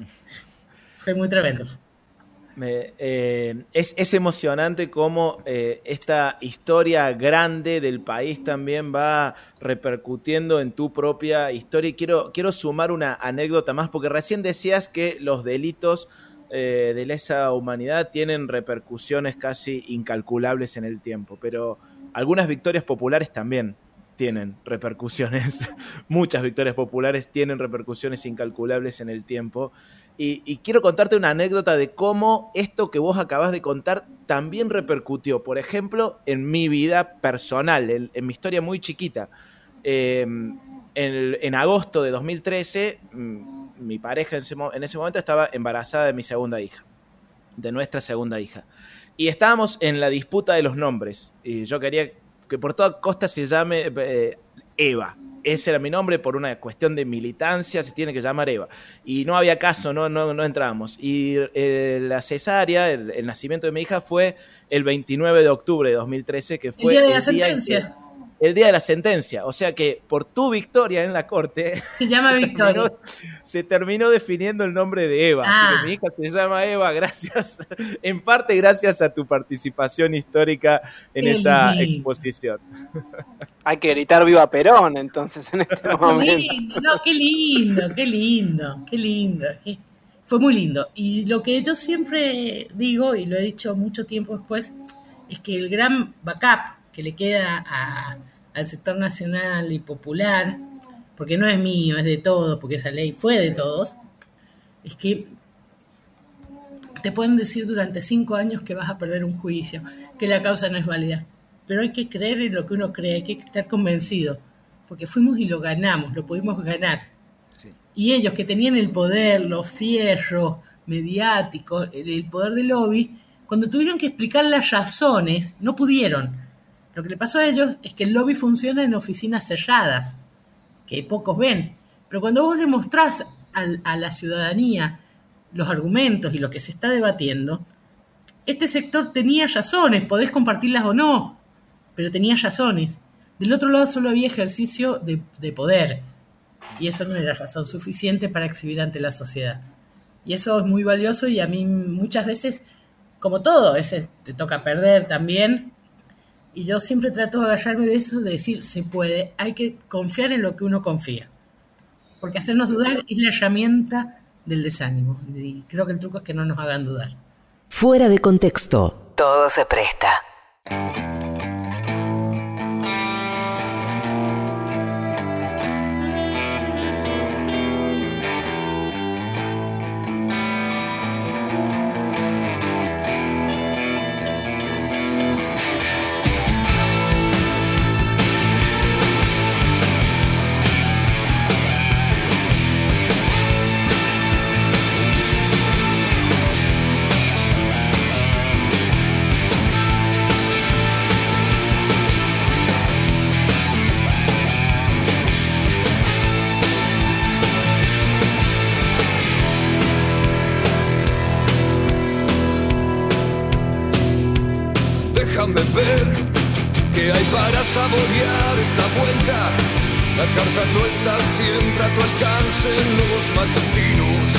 Fue muy tremendo. Me, eh, es, es emocionante cómo eh, esta historia grande del país también va repercutiendo en tu propia historia. Y quiero, quiero sumar una anécdota más, porque recién decías que los delitos eh, de lesa humanidad tienen repercusiones casi incalculables en el tiempo, pero algunas victorias populares también tienen repercusiones. Muchas victorias populares tienen repercusiones incalculables en el tiempo. Y, y quiero contarte una anécdota de cómo esto que vos acabás de contar también repercutió, por ejemplo, en mi vida personal, en, en mi historia muy chiquita. Eh, en, en agosto de dos mil trece, mi pareja en ese, en ese momento estaba embarazada de mi segunda hija, de nuestra segunda hija. Y estábamos en la disputa de los nombres. Y yo quería que por toda costa se llame eh, Eva. Ese era mi nombre por una cuestión de militancia, se tiene que llamar Eva. Y no había caso, no, no, no entramos. Y eh, la cesárea, el, el nacimiento de mi hija fue el veintinueve de octubre de dos mil trece, que fue el día de la el día sentencia. Que, el día de la sentencia. O sea que por tu victoria en la corte se llama se Victoria. Terminó, se terminó definiendo el nombre de Eva. Ah. Así que mi hija se llama Eva gracias, en parte gracias a tu participación histórica en Qué esa lindo. exposición. Hay que gritar viva Perón entonces en este Qué momento. lindo, no, qué lindo, qué lindo, qué lindo. Qué- Fue muy lindo. Y lo que yo siempre digo, y lo he dicho mucho tiempo después, es que el gran backup que le queda a- al sector nacional y popular, porque no es mío, es de todos, porque esa ley fue de todos, es que te pueden decir durante cinco años que vas a perder un juicio, que la causa no es válida. Pero hay que creer en lo que uno cree, hay que estar convencido, porque fuimos y lo ganamos, lo pudimos ganar. Sí. Y ellos que tenían el poder, los fierros mediáticos, el, el poder del lobby, cuando tuvieron que explicar las razones, no pudieron. Lo que le pasó a ellos es que el lobby funciona en oficinas cerradas, que pocos ven. Pero cuando vos le mostrás al- a la ciudadanía los argumentos y lo que se está debatiendo, este sector tenía razones, podés compartirlas o no, pero tenía razones. Del otro lado solo había ejercicio de, de poder, y eso no era razón suficiente para exhibir ante la sociedad. Y eso es muy valioso, y a mí muchas veces, como todo, a veces te toca perder también, y yo siempre trato de agarrarme de eso, de decir, se puede, hay que confiar en lo que uno confía, porque hacernos dudar es la herramienta del desánimo, y creo que el truco es que no nos hagan dudar. Fuera de contexto, todo se presta. Déjame ver qué hay para saborear esta vuelta. La carta no está siempre a tu alcance en los matutinos.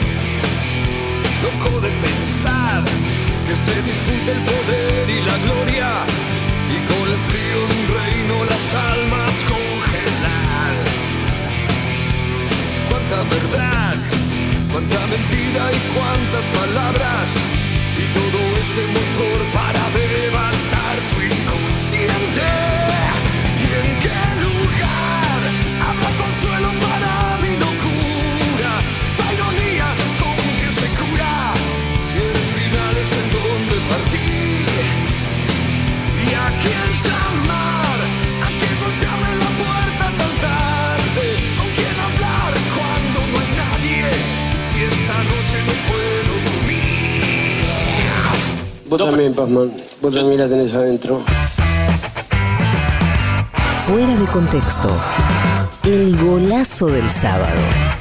Loco de pensar que se dispute el poder y la gloria, y con el frío de un reino las almas congelar. Cuánta verdad, cuánta mentira y cuántas palabras, y todo este motor para devastar tu inconsciente. ¿Y en qué lugar habrá consuelo para mi locura? Esta ironía con que se cura, si el final es en donde partir. ¿Y a quién llamar? ¿A qué golpearle la puerta tan tarde? ¿Con quién hablar cuando no hay nadie? Si esta noche no puedo dormir. Vos también, Pazman. Vos también la tenés adentro. Fuera de contexto, el golazo del sábado.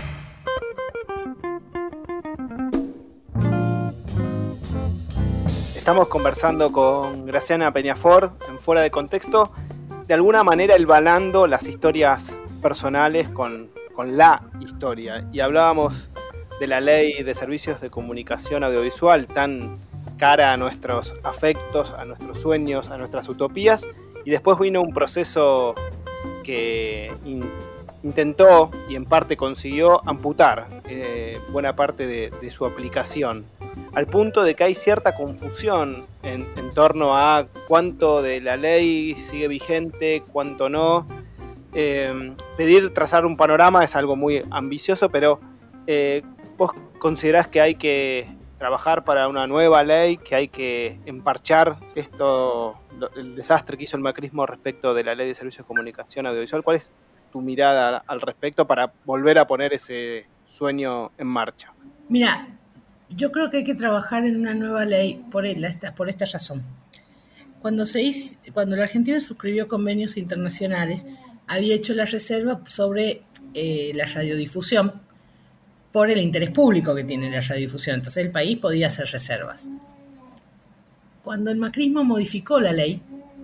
Estamos conversando con Graciana Peñafort en Fuera de Contexto, de alguna manera hilvanando las historias personales con, con la historia. Y hablábamos de la ley de servicios de comunicación audiovisual, tan cara a nuestros afectos, a nuestros sueños, a nuestras utopías, y después vino un proceso que in, intentó y en parte consiguió amputar eh, buena parte de, de su aplicación, al punto de que hay cierta confusión en, en torno a cuánto de la ley sigue vigente, cuánto no. Eh, pedir trazar un panorama es algo muy ambicioso, pero eh, ¿vos considerás que hay que trabajar para una nueva ley, que hay que emparchar esto, el desastre que hizo el macrismo respecto de la ley de servicios de comunicación audiovisual? ¿Cuál es tu mirada al respecto para volver a poner ese, sueño en marcha? Mira, yo creo que hay que trabajar en una nueva ley por esta, por esta razón. Cuando, se hizo, cuando la Argentina suscribió convenios internacionales, había hecho la reserva sobre eh, la radiodifusión por el interés público que tiene la radiodifusión. Entonces el país podía hacer reservas. Cuando el macrismo modificó la ley,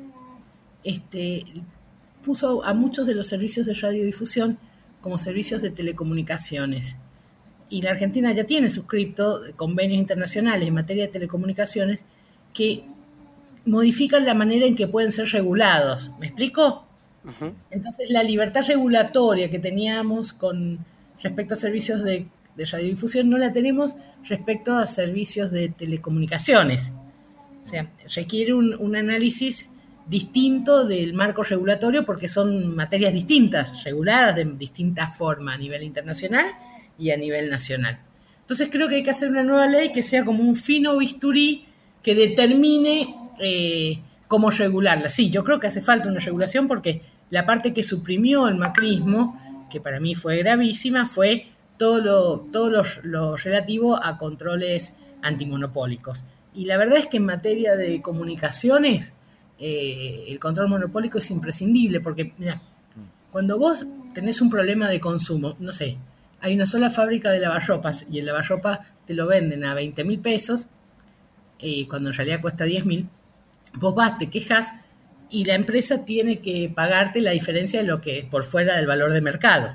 este, puso a muchos de los servicios de radiodifusión como servicios de telecomunicaciones. Y la Argentina ya tiene suscrito convenios internacionales en materia de telecomunicaciones que modifican la manera en que pueden ser regulados. ¿Me explico? Uh-huh. Entonces, la libertad regulatoria que teníamos con respecto a servicios de, de radiodifusión no la tenemos respecto a servicios de telecomunicaciones. O sea, requiere un, un análisis distinto del marco regulatorio porque son materias distintas, reguladas de distinta forma a nivel internacional y a nivel nacional. Entonces creo que hay que hacer una nueva ley que sea como un fino bisturí que determine eh, cómo regularla. Sí, yo creo que hace falta una regulación porque la parte que suprimió el macrismo, que para mí fue gravísima, fue todo lo, todo lo, lo relativo a controles antimonopólicos. Y la verdad es que en materia de comunicaciones eh, el control monopólico es imprescindible porque, mira, cuando vos tenés un problema de consumo, no sé, hay una sola fábrica de lavarropas y el lavarropa te lo venden a veinte mil pesos, eh, cuando en realidad cuesta diez mil, vos vas, te quejas y la empresa tiene que pagarte la diferencia de lo que por fuera del valor de mercado.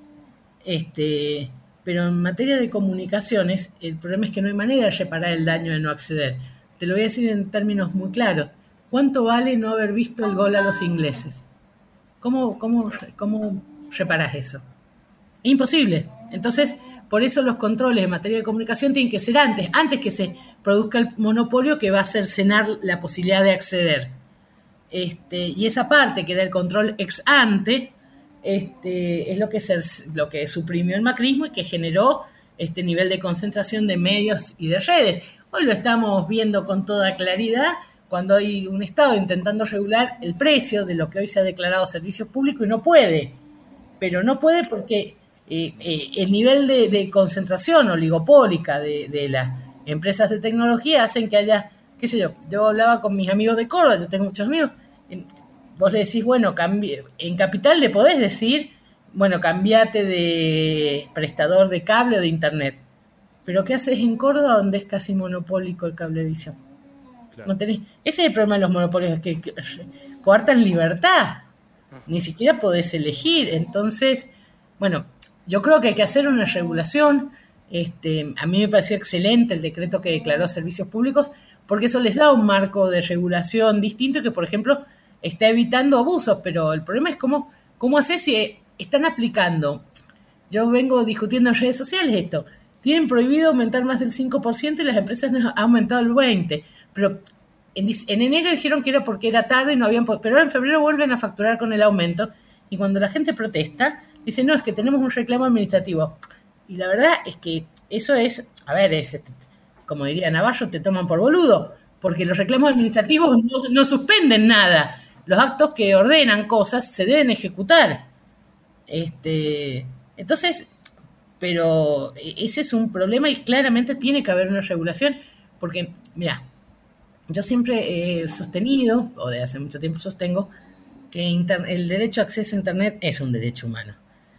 Este, pero en materia de comunicaciones, el problema es que no hay manera de reparar el daño de no acceder. Te lo voy a decir en términos muy claros. ¿Cuánto vale no haber visto el gol a los ingleses? ¿Cómo, cómo, cómo reparás eso? Es imposible. Entonces, por eso los controles en materia de comunicación tienen que ser antes, antes que se produzca el monopolio que va a cercenar la posibilidad de acceder. Este, y esa parte, que era el control ex ante, este, es lo que, se, lo que suprimió el macrismo y que generó este nivel de concentración de medios y de redes. Hoy lo estamos viendo con toda claridad cuando hay un Estado intentando regular el precio de lo que hoy se ha declarado servicios públicos y no puede. Pero no puede porque eh, eh, el nivel de, de concentración oligopólica de, de las empresas de tecnología hacen que haya, qué sé yo, yo hablaba con mis amigos de Córdoba, yo tengo muchos amigos, vos le decís, bueno, cambie, en Capital le podés decir, bueno, cambiate de prestador de cable o de internet, pero ¿qué haces en Córdoba donde es casi monopólico el cablevisión? Claro. No tenés, ese es el problema de los monopolios, que, que coartan libertad, ni siquiera podés elegir. Entonces, bueno, yo creo que hay que hacer una regulación. Este, a mí me pareció excelente el decreto que declaró servicios públicos, porque eso les da un marco de regulación distinto que, por ejemplo, está evitando abusos, pero el problema es cómo, cómo hacer si están aplicando. Yo vengo discutiendo en redes sociales esto. Tienen prohibido aumentar más del cinco por ciento y las empresas han aumentado el veinte por ciento. Pero en, en enero dijeron que era porque era tarde y no habían... Pero ahora en febrero vuelven a facturar con el aumento. Y cuando la gente protesta, dicen, no, es que tenemos un reclamo administrativo. Y la verdad es que eso es... A ver, es, como diría Navarro, te toman por boludo. Porque los reclamos administrativos no, no suspenden nada. Los actos que ordenan cosas se deben ejecutar. Este, entonces... Pero ese es un problema y claramente tiene que haber una regulación, porque, mira, yo siempre he sostenido, o de hace mucho tiempo sostengo, que inter- el derecho a acceso a Internet es un derecho humano.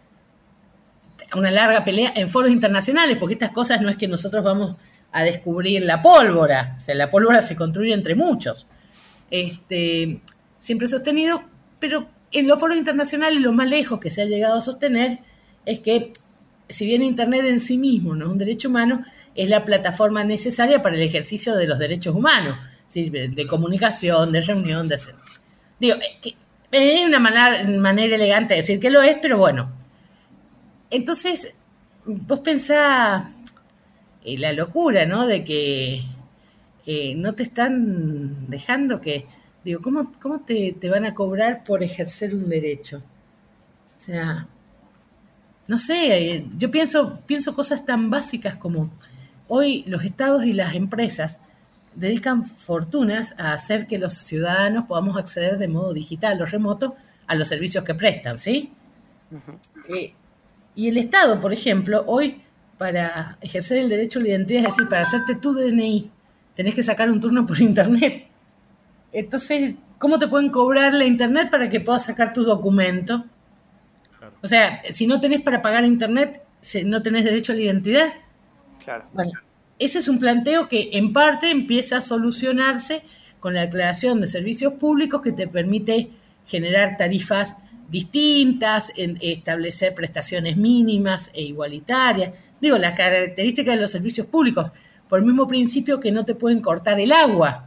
Una larga pelea en foros internacionales, porque estas cosas no es que nosotros vamos a descubrir la pólvora, o sea, la pólvora se construye entre muchos. Este, siempre he sostenido, pero en los foros internacionales lo más lejos que se ha llegado a sostener es que si bien Internet en sí mismo no es un derecho humano, es la plataforma necesaria para el ejercicio de los derechos humanos, ¿sí? De comunicación, de reunión, de hacer. Digo, que es una manera, manera elegante de decir que lo es, pero bueno. Entonces, vos pensás eh, la locura, ¿no? De que eh, no te están dejando que... Digo, ¿cómo, cómo te, te van a cobrar por ejercer un derecho? O sea... No sé, yo pienso, pienso cosas tan básicas como hoy los estados y las empresas dedican fortunas a hacer que los ciudadanos podamos acceder de modo digital o remoto a los servicios que prestan, ¿sí? Uh-huh. Eh, Y el Estado, por ejemplo, hoy para ejercer el derecho a la identidad, es decir, para hacerte tu D N I, tenés que sacar un turno por internet. Entonces, ¿cómo te pueden cobrar la internet para que puedas sacar tu documento? Claro. O sea, si no tenés para pagar internet, ¿no tenés derecho a la identidad? Claro. Bueno, ese es un planteo que en parte empieza a solucionarse con la declaración de servicios públicos que te permite generar tarifas distintas, en establecer prestaciones mínimas e igualitarias. Digo, la característica de los servicios públicos, por el mismo principio que no te pueden cortar el agua.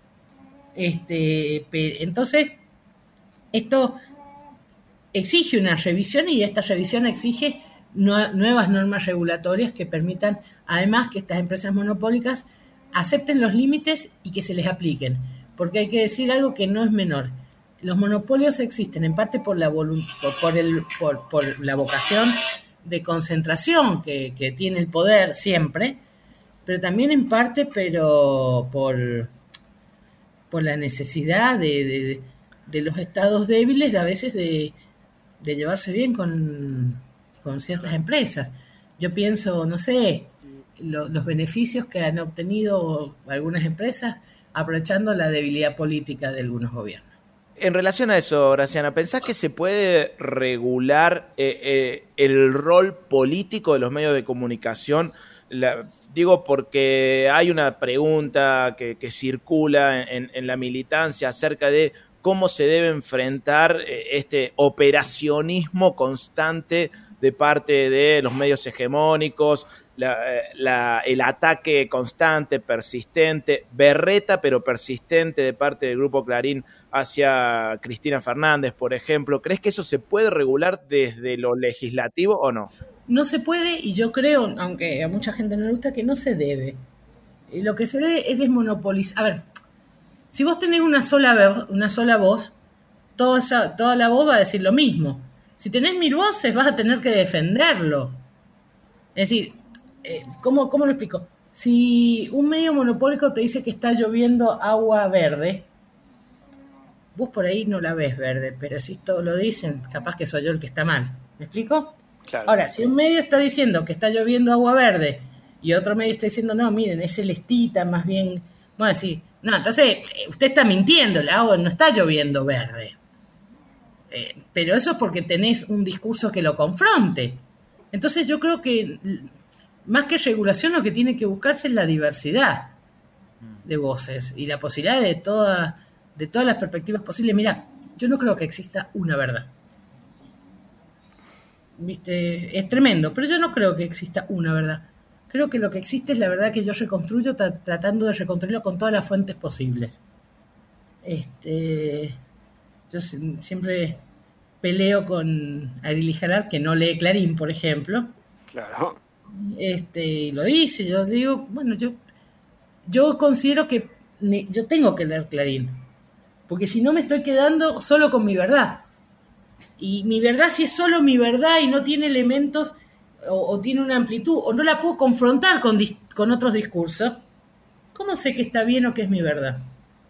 Este, entonces, esto exige una revisión y esta revisión exige nuevas normas regulatorias que permitan, además, que estas empresas monopólicas acepten los límites y que se les apliquen. Porque hay que decir algo que no es menor. Los monopolios existen en parte por la, volu- por el, por, por la vocación de concentración que, que tiene el poder siempre, pero también en parte pero por, por la necesidad de, de, de los estados débiles de a veces de, de llevarse bien con, con ciertas empresas. Yo pienso, no sé, lo, los beneficios que han obtenido algunas empresas aprovechando la debilidad política de algunos gobiernos. En relación a eso, Graciana, ¿pensás que se puede regular eh, eh, el rol político de los medios de comunicación? La, digo porque hay una pregunta que, que circula en, en la militancia acerca de cómo se debe enfrentar eh, este operacionismo constante de parte de los medios hegemónicos, la, la, el ataque constante, persistente, berreta pero persistente de parte del Grupo Clarín hacia Cristina Fernández, por ejemplo. ¿Crees que eso se puede regular desde lo legislativo o no? No se puede, y yo creo, aunque a mucha gente no le gusta, que no se debe. Lo que se debe es desmonopolizar. A ver, si vos tenés una sola, una sola voz, toda, esa, toda la voz va a decir lo mismo. Si tenés mil voces, vas a tener que defenderlo. Es decir, eh, ¿cómo, ¿cómo lo explico? Si un medio monopólico te dice que está lloviendo agua verde, vos por ahí no la ves verde, pero si todos lo dicen, capaz que soy yo el que está mal. ¿Me explico? Claro. Ahora, si un medio está diciendo que está lloviendo agua verde y otro medio está diciendo, no, miren, es celestita, más bien, bueno, sí, no, entonces usted está mintiendo, el agua no está lloviendo verde. Eh, pero eso es porque tenés un discurso que lo confronte. Entonces yo creo que más que regulación lo que tiene que buscarse es la diversidad de voces y la posibilidad de, toda, de todas las perspectivas posibles. Mirá, yo no creo que exista una verdad. ¿Viste? Es tremendo, pero yo no creo que exista una verdad. Creo que lo que existe es la verdad que yo reconstruyo tra- tratando de reconstruirlo con todas las fuentes posibles. Este... Yo siempre peleo con Ariel Jalad, que no lee Clarín, por ejemplo. Claro. Este, y lo dice, yo digo, bueno, yo, yo considero que ne- yo tengo que leer Clarín, porque si no me estoy quedando solo con mi verdad. Y mi verdad, si es solo mi verdad y no tiene elementos o, o tiene una amplitud, o no la puedo confrontar con, dis- con otros discursos, ¿cómo sé que está bien o que es mi verdad?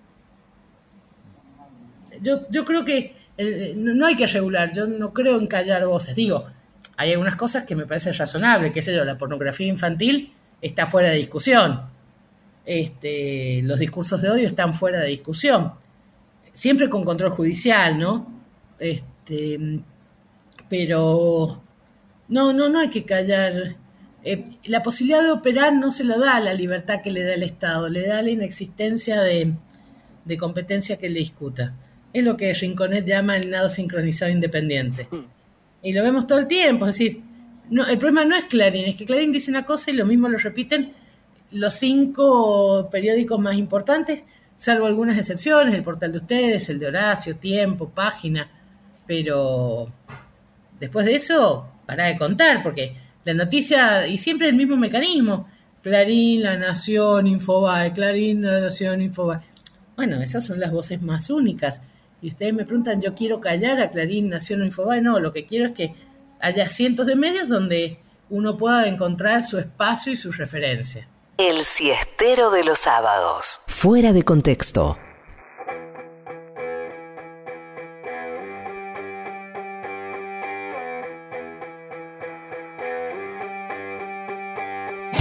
Yo, yo creo que eh, no, no hay que regular, yo no creo en callar voces. Digo, hay algunas cosas que me parecen razonables, qué sé yo, la pornografía infantil está fuera de discusión. Este, los discursos de odio están fuera de discusión. Siempre con control judicial, ¿no? Este, pero no, no, no hay que callar. Eh, la posibilidad de operar no se lo da la libertad que le da el Estado, le da la inexistencia de, de competencia que le discuta. Es lo que Rinconet llama el nado sincronizado independiente. Y lo vemos todo el tiempo. Es decir, no, el problema no es Clarín, es que Clarín dice una cosa y lo mismo lo repiten los cinco periódicos más importantes, salvo algunas excepciones, el portal de ustedes, el de Horacio, Tiempo, Página. Pero después de eso, pará de contar, porque la noticia, y siempre el mismo mecanismo, Clarín, La Nación, Infobae, Clarín, La Nación, Infobae. Bueno, esas son las voces más únicas. Y ustedes me preguntan, ¿yo quiero callar a Clarín, Nación o Infobae? No, lo que quiero es que haya cientos de medios donde uno pueda encontrar su espacio y su referencia. El siestero de los sábados. Fuera de contexto.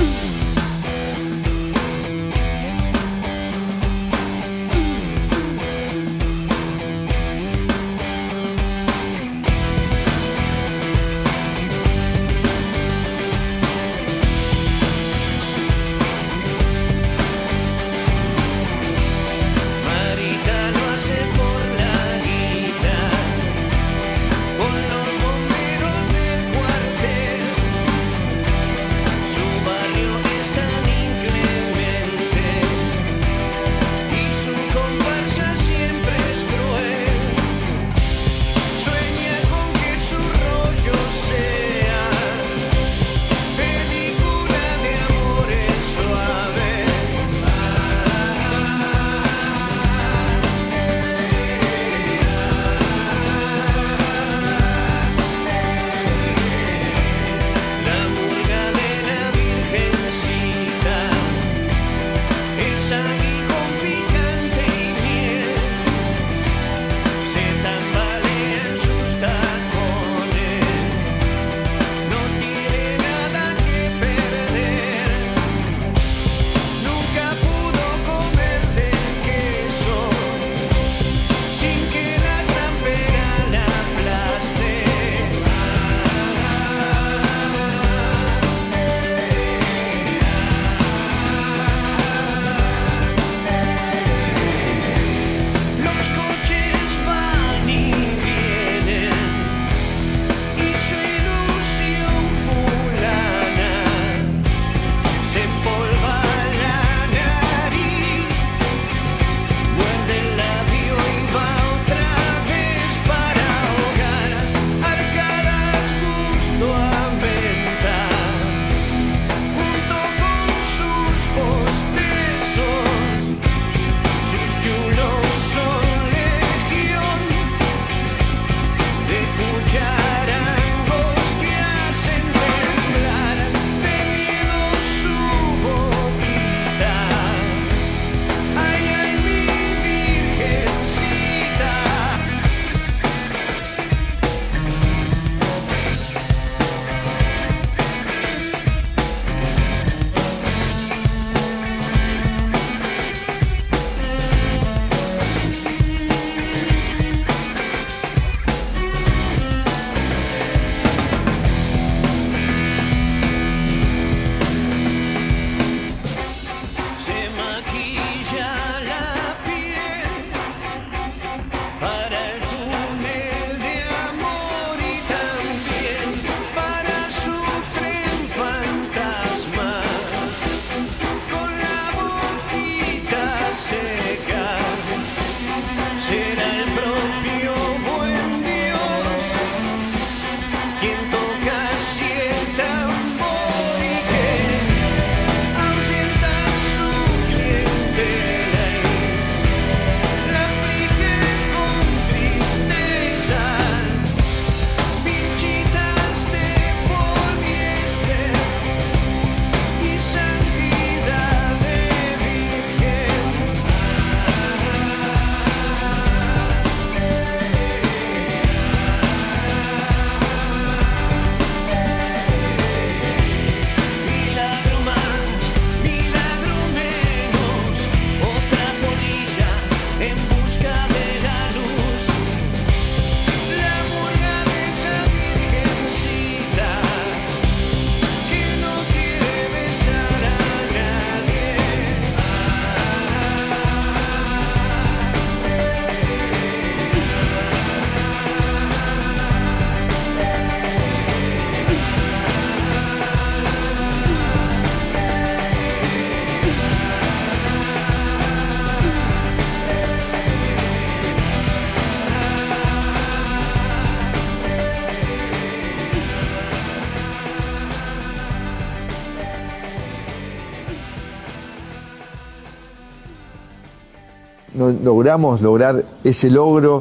no logramos lograr ese logro.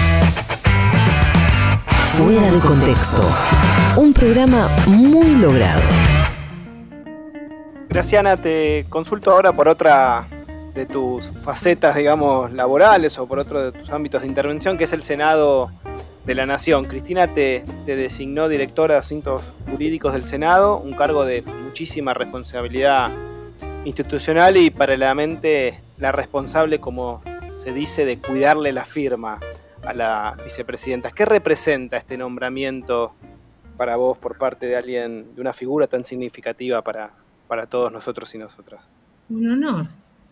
Fuera de contexto. Un programa muy logrado. Graciana, te consulto ahora por otra de tus facetas, digamos, laborales o por otro de tus ámbitos de intervención, que es el Senado de la Nación. Cristina te, te designó directora de Asuntos Jurídicos del Senado, un cargo de muchísima responsabilidad institucional y paralelamente la responsable, como se dice, de cuidarle la firma a la vicepresidenta. ¿Qué representa este nombramiento para vos por parte de alguien, de una figura tan significativa para, para todos nosotros y nosotras? Un honor.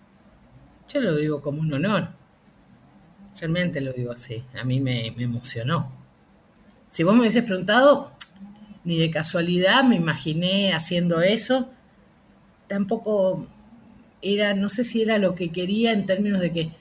Yo lo digo como un honor. Realmente lo digo así. A mí me, me emocionó. Si vos me hubieses preguntado, ni de casualidad me imaginé haciendo eso. Tampoco era, no sé si era lo que quería en términos de que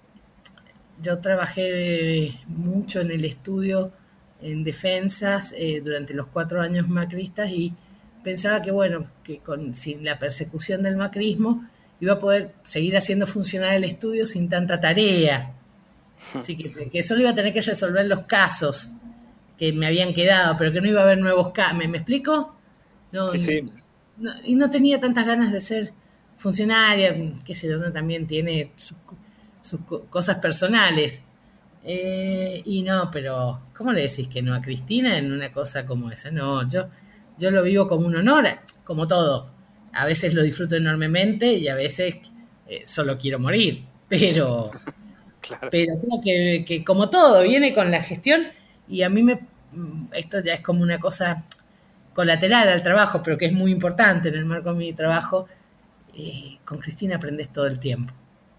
yo trabajé mucho en el estudio en defensas eh, durante los cuatro años macristas y pensaba que, bueno, que con, sin la persecución del macrismo iba a poder seguir haciendo funcionar el estudio sin tanta tarea. Así que, que solo iba a tener que resolver los casos que me habían quedado, pero que no iba a haber nuevos casos. ¿Me, ¿Me explico? No, sí, sí. No, y no tenía tantas ganas de ser funcionaria, qué sé yo, uno también tiene sus, sus cosas personales. Eh, y no, pero ¿cómo le decís que no a Cristina en una cosa como esa? No, yo, yo lo vivo como un honor, como todo. A veces lo disfruto enormemente y a veces eh, solo quiero morir, pero, claro. pero creo que, que como todo viene con la gestión y a mí me esto ya es como una cosa colateral al trabajo, pero que es muy importante en el marco de mi trabajo. Eh, con Cristina aprendés todo el tiempo.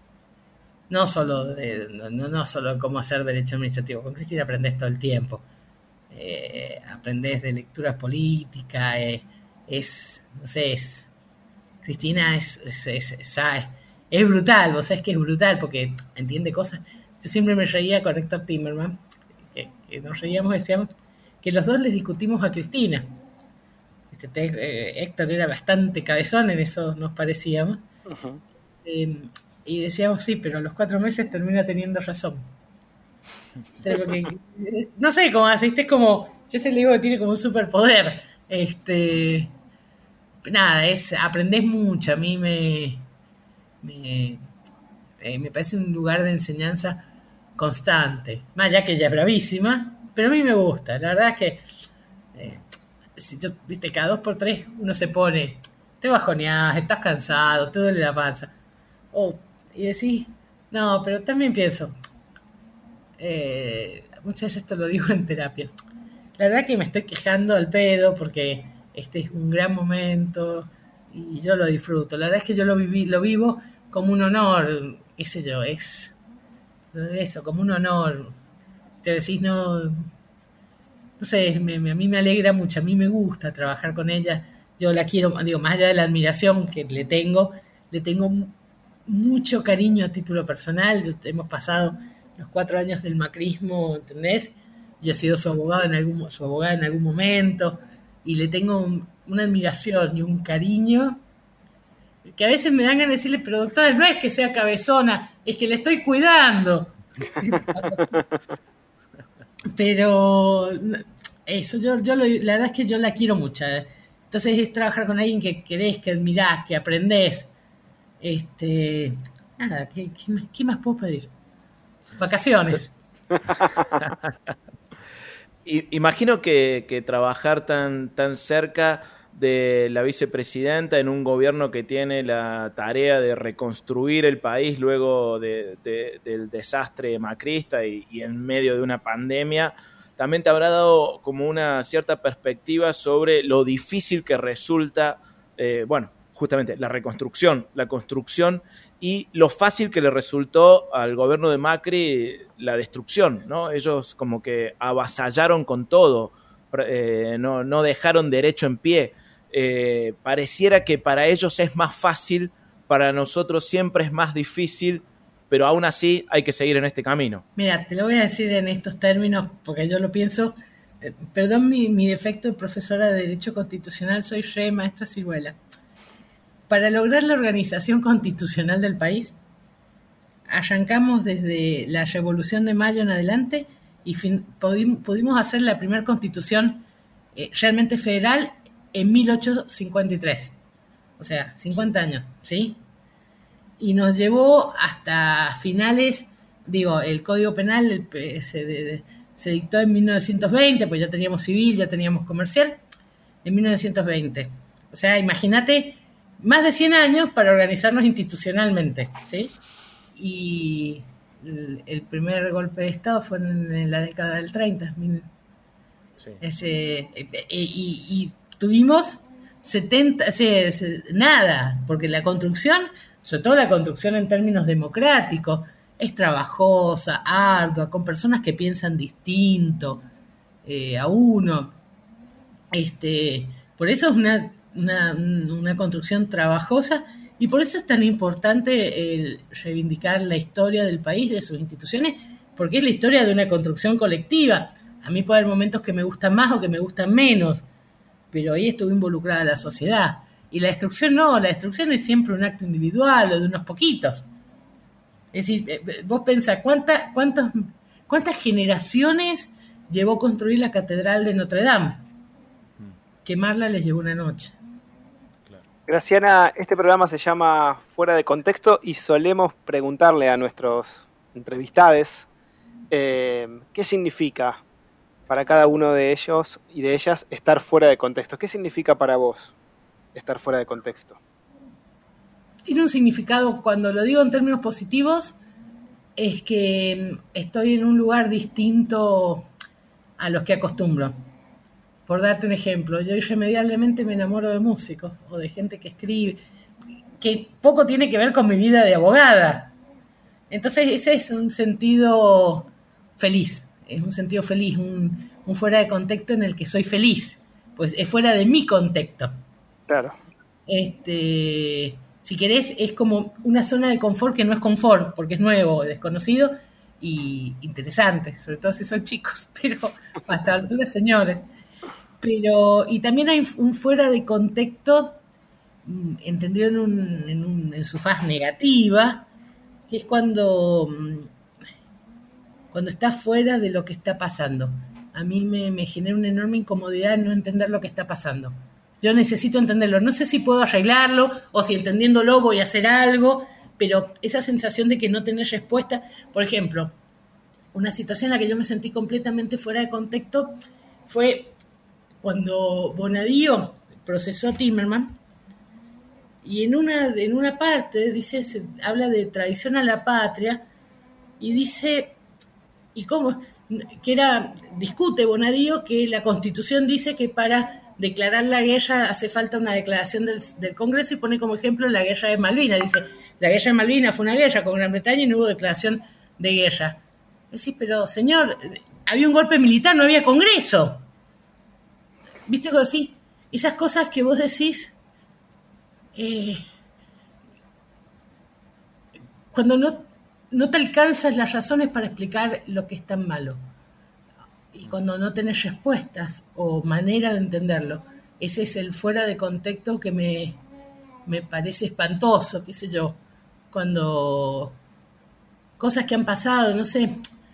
No solo, de, no, no solo cómo hacer derecho administrativo, con Cristina aprendés todo el tiempo. Eh, aprendés de lecturas políticas, eh, es, no sé, es, Cristina es, es, es, es, es, es brutal, vos sabés que es brutal porque entiende cosas. Yo siempre me reía con Héctor Timerman, que, que nos reíamos, decíamos que los dos les discutimos a Cristina. Este, eh, Héctor era bastante cabezón, en eso nos parecíamos. Uh-huh. Eh, y decíamos, sí, pero a los cuatro meses termina teniendo razón. Porque, no sé cómo asiste, es como, yo se le digo que tiene como un superpoder. Este, nada, es, aprendés mucho. A mí me, me, eh, me parece un lugar de enseñanza constante. Más allá que ella es bravísima, pero a mí me gusta. La verdad es que eh, si yo, viste, cada dos por tres uno se pone, te bajoneás, estás cansado, te duele la panza. Oh, y decís, no, pero también pienso, eh, muchas veces esto lo digo en terapia, la verdad que me estoy quejando al pedo porque este es un gran momento y yo lo disfruto. La verdad es que yo lo viví, lo vivo como un honor, qué sé yo, es eso, como un honor. Te decís, no, no sé, me, me, a mí me alegra mucho, a mí me gusta trabajar con ella, yo la quiero, digo, más allá de la admiración que le tengo, le tengo mucho cariño a título personal. Yo, hemos pasado los cuatro años del macrismo, ¿entendés? Yo he sido su abogado en algún, su abogada en algún momento y le tengo un, una admiración y un cariño que a veces me dan ganas de decirle, pero doctora, no es que sea cabezona, es que le estoy cuidando. Pero eso, yo, yo lo, la verdad es que yo la quiero mucho. Entonces es trabajar con alguien que querés, que admirás, que aprendés. Este, nada, ¿qué, qué, más, ¿qué más puedo pedir? Vacaciones. Imagino que, que trabajar tan, tan cerca de la vicepresidenta en un gobierno que tiene la tarea de reconstruir el país luego de, de, del desastre macrista y, y en medio de una pandemia, también te habrá dado como una cierta perspectiva sobre lo difícil que resulta, eh, bueno, justamente la reconstrucción, la construcción y lo fácil que le resultó al gobierno de Macri la destrucción, ¿no? Ellos como que avasallaron con todo, eh, no, no dejaron derecho en pie. Eh, pareciera que para ellos es más fácil, para nosotros siempre es más difícil, pero aún así hay que seguir en este camino. Mira, te lo voy a decir en estos términos porque yo lo pienso, eh, perdón mi, mi defecto de profesora de Derecho Constitucional, soy re maestra ciruela. Para lograr la organización constitucional del país, arrancamos desde la Revolución de Mayo en adelante y fin, pudimos, pudimos hacer la primera constitución eh, realmente federal en mil ochocientos cincuenta y tres. O sea, cincuenta años, ¿sí? Y nos llevó hasta finales, digo, el Código Penal el, se, de, se dictó en mil novecientos veinte, pues ya teníamos civil, ya teníamos comercial, en mil novecientos veinte. O sea, imagínate, más de cien años para organizarnos institucionalmente, ¿sí? Y el, el primer golpe de Estado fue en, en la década del treinta. Mil, sí. ese, e, e, y, y tuvimos setenta, ese, ese, nada, porque la construcción, sobre todo la construcción en términos democráticos, es trabajosa, ardua, con personas que piensan distinto eh, a uno. Este, por eso es una, una, una construcción trabajosa y por eso es tan importante el reivindicar la historia del país, de sus instituciones, porque es la historia de una construcción colectiva. A mí puede haber momentos que me gustan más o que me gustan menos, pero ahí estuvo involucrada la sociedad. Y la destrucción no, la destrucción es siempre un acto individual o de unos poquitos. Es decir, vos pensás, ¿cuánta, cuántos, ¿cuántas generaciones llevó construir la Catedral de Notre Dame? Quemarla les llevó una noche. Graciana, este programa se llama Fuera de Contexto y solemos preguntarle a nuestros entrevistados eh, qué significa para cada uno de ellos y de ellas estar fuera de contexto. ¿Qué significa para vos estar fuera de contexto? Tiene un significado, cuando lo digo en términos positivos, es que estoy en un lugar distinto a los que acostumbro. Por darte un ejemplo, yo irremediablemente me enamoro de músicos o de gente que escribe, que poco tiene que ver con mi vida de abogada. Entonces ese es un sentido feliz, es un sentido feliz, un, un fuera de contexto en el que soy feliz, pues es fuera de mi contexto. Claro. Este... Si querés, es como una zona de confort que no es confort, porque es nuevo, desconocido y interesante, sobre todo si son chicos, pero hasta la altura, señores. Pero, y también hay un fuera de contexto, entendido en, un, en, un, en su faz negativa, que es cuando, cuando estás fuera de lo que está pasando. A mí me, me genera una enorme incomodidad no entender lo que está pasando. Yo necesito entenderlo. No sé si puedo arreglarlo o si entendiéndolo voy a hacer algo, pero esa sensación de que no tenés respuesta. Por ejemplo, una situación en la que yo me sentí completamente fuera de contexto fue cuando Bonadío procesó a Timerman y en una, en una parte dice, se habla de traición a la patria y dice, ¿y cómo? Que era, discute Bonadío que la Constitución dice que para declarar la guerra hace falta una declaración del, del Congreso y pone como ejemplo la guerra de Malvinas. Dice, la guerra de Malvinas fue una guerra con Gran Bretaña y no hubo declaración de guerra. Decís, pero señor, había un golpe militar, no había Congreso. ¿Viste algo así? Esas cosas que vos decís, eh, cuando no, no te alcanzas las razones para explicar lo que es tan malo. Y cuando no tenés respuestas o manera de entenderlo, ese es el fuera de contexto que me, me parece espantoso, qué sé yo, cuando cosas que han pasado, no sé,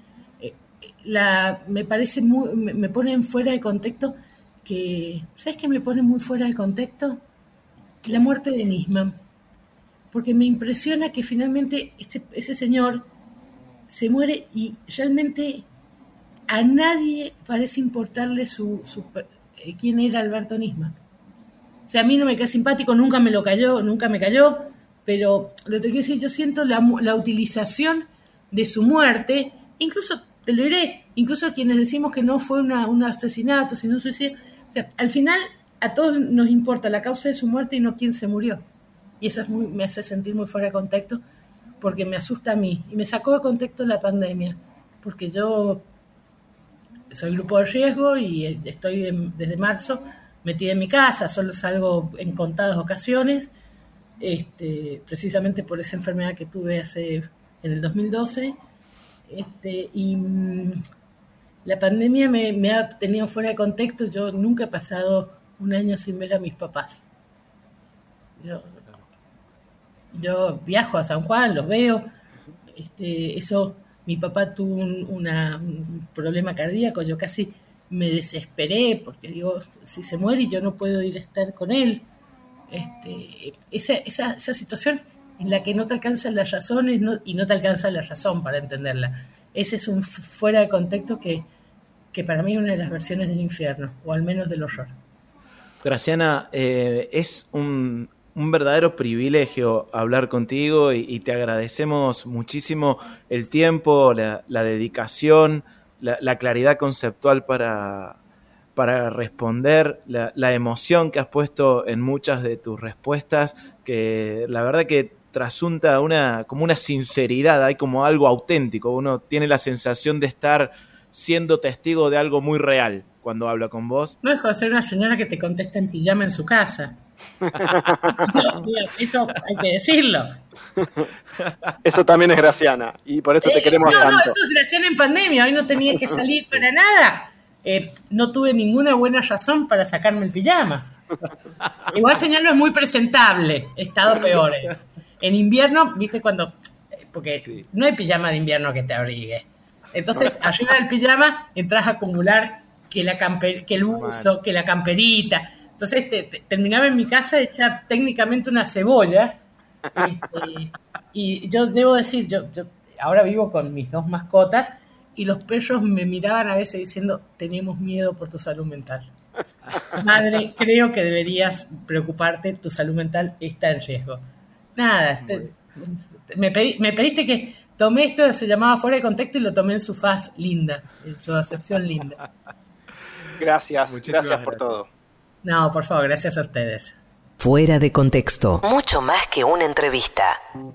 la, me parece muy, me, me ponen fuera de contexto que, ¿sabes qué me pone muy fuera de contexto? La muerte de Nisman, porque me impresiona que finalmente este, ese señor se muere y realmente a nadie parece importarle su, su eh, quién era Alberto Nisman. O sea, a mí no me cae simpático, nunca me lo cayó, nunca me cayó, pero lo que quiero decir, yo siento la, la utilización de su muerte, incluso, te lo diré, incluso quienes decimos que no fue una, un asesinato, sino un suicidio. O sea, al final a todos nos importa la causa de su muerte y no quién se murió. Y eso es muy, me hace sentir muy fuera de contexto, porque me asusta a mí. Y me sacó de contexto la pandemia, porque yo soy grupo de riesgo y estoy de, desde marzo metida en mi casa, solo salgo en contadas ocasiones, este, precisamente por esa enfermedad que tuve hace en el dos mil doce. Este, y mmm, la pandemia me, me ha tenido fuera de contexto. Yo nunca he pasado un año sin ver a mis papás. Yo, yo viajo a San Juan, los veo. Este, eso, mi papá tuvo un, una, un problema cardíaco, yo casi me desesperé porque digo, si se muere yo no puedo ir a estar con él. Este, esa, esa, esa situación en la que no te alcanzan las razones no, y no te alcanza la razón para entenderla. Ese es un fuera de contexto que, que para mí es una de las versiones del infierno, o al menos del horror. Graciana, eh, es un, un verdadero privilegio hablar contigo y, y te agradecemos muchísimo el tiempo, la, la dedicación, la, la claridad conceptual para, para responder, la, la emoción que has puesto en muchas de tus respuestas, que la verdad que trasunta una, como una sinceridad, hay como algo auténtico, uno tiene la sensación de estar siendo testigo de algo muy real cuando habla con vos. No dejo de ser una señora que te contesta en pijama en su casa. No, eso hay que decirlo. Eso también es Graciana, y por eso te eh, queremos no, tanto. No, eso es Graciana en pandemia, hoy no tenía que salir para nada. Eh, no tuve ninguna buena razón para sacarme el pijama. Igual señal no es muy presentable, he estado peor. Eh. En invierno, viste cuando... Porque sí. No hay pijama de invierno que te abrigue. Entonces, arriba del pijama entras a acumular que, la camper, que el buzo, que la camperita. Entonces, te, te, terminaba en mi casa hecha técnicamente una cebolla. Este, y yo debo decir, yo, yo ahora vivo con mis dos mascotas y los perros me miraban a veces diciendo, tenemos miedo por tu salud mental. Madre, creo que deberías preocuparte, tu salud mental está en riesgo. Nada, te, me, pedí, me pediste que tomé esto, se llamaba Fuera de Contexto y lo tomé en su faz linda, en su acepción linda. Gracias, Muchísimas gracias por gracias. todo. No, por favor, gracias a ustedes. Fuera de Contexto. Mucho más que una entrevista.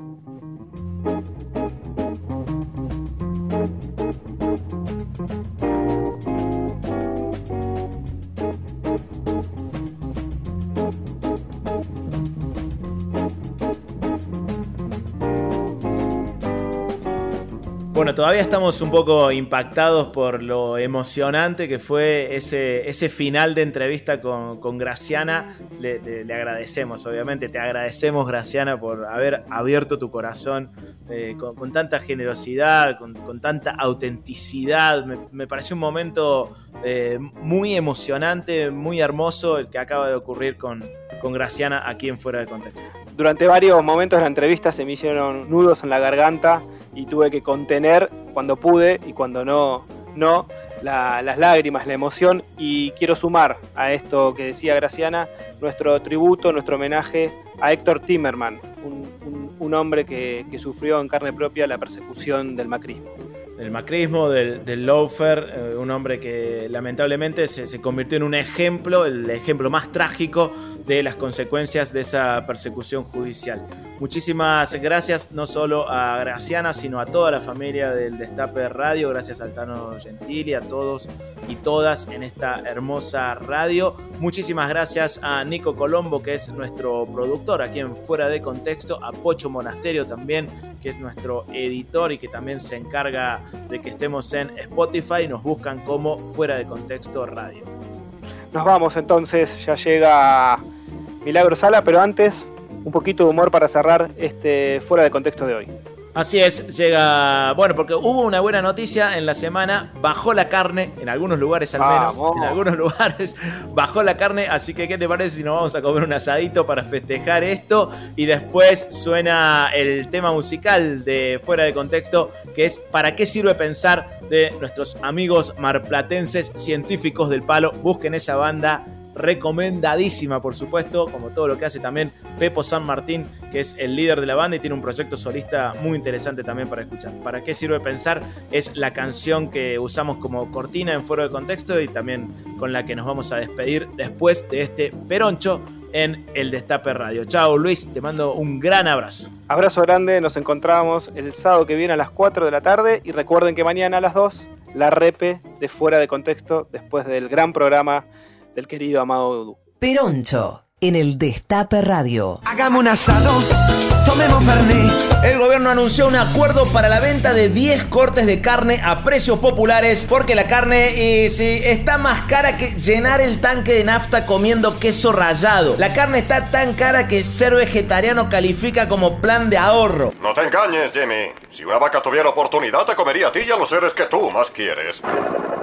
Bueno, todavía estamos un poco impactados por lo emocionante que fue ese, ese final de entrevista con, con Graciana. Le, le, le agradecemos, obviamente, te agradecemos, Graciana, por haber abierto tu corazón eh, con, con tanta generosidad, con, con tanta autenticidad. Me, me pareció un momento eh, muy emocionante, muy hermoso el que acaba de ocurrir con, con Graciana aquí en Fuera de Contexto. Durante varios momentos de la entrevista se me hicieron nudos en la garganta y tuve que contener cuando pude y cuando no, no la, las lágrimas, la emoción. Y quiero sumar a esto que decía Graciana, nuestro tributo, nuestro homenaje a Héctor Timerman, un, un, un hombre que, que sufrió en carne propia la persecución del macrismo. Del macrismo, del, del lawfare, eh, un hombre que lamentablemente se, se convirtió en un ejemplo, el ejemplo más trágico de las consecuencias de esa persecución judicial. Muchísimas gracias no solo a Graciana, sino a toda la familia del Destape Radio, gracias a Altano Gentili, a todos y todas en esta hermosa radio. Muchísimas gracias a Nico Colombo, que es nuestro productor aquí en Fuera de Contexto, a Pocho Monasterio también, que es nuestro editor y que también se encarga de que estemos en Spotify. Nos buscan como Fuera de Contexto Radio. Nos vamos entonces, ya llega Milagro Sala, pero antes un poquito de humor para cerrar este Fuera de Contexto de hoy. Así es, llega, bueno, porque hubo una buena noticia en la semana, bajó la carne, en algunos lugares al menos, vamos. en algunos lugares bajó la carne, así que ¿qué te parece si nos vamos a comer un asadito para festejar esto? Y después suena el tema musical de Fuera de Contexto, que es ¿Para qué sirve pensar?, de nuestros amigos marplatenses científicos del palo. Busquen esa banda, recomendadísima, por supuesto, como todo lo que hace también Pepo San Martín, que es el líder de la banda y tiene un proyecto solista muy interesante también para escuchar. ¿Para qué sirve pensar? Es la canción que usamos como cortina en Fuera de Contexto y también con la que nos vamos a despedir después de este peroncho en el Destape Radio. Chao, Luis, te mando un gran abrazo. Abrazo grande, nos encontramos el sábado que viene a las cuatro de la tarde y recuerden que mañana a las dos la repe de Fuera de Contexto después del gran programa del querido Amado Dudú. Peroncho en el Destape Radio. Hagamos un asado, tomemos fernet. El gobierno anunció un acuerdo para la venta de diez cortes de carne a precios populares porque la carne eh, sí, está más cara que llenar el tanque de nafta comiendo queso rallado. La carne está tan cara que ser vegetariano califica como plan de ahorro. No te engañes, Jimmy. Si una vaca tuviera oportunidad, te comería a ti y a los seres que tú más quieres.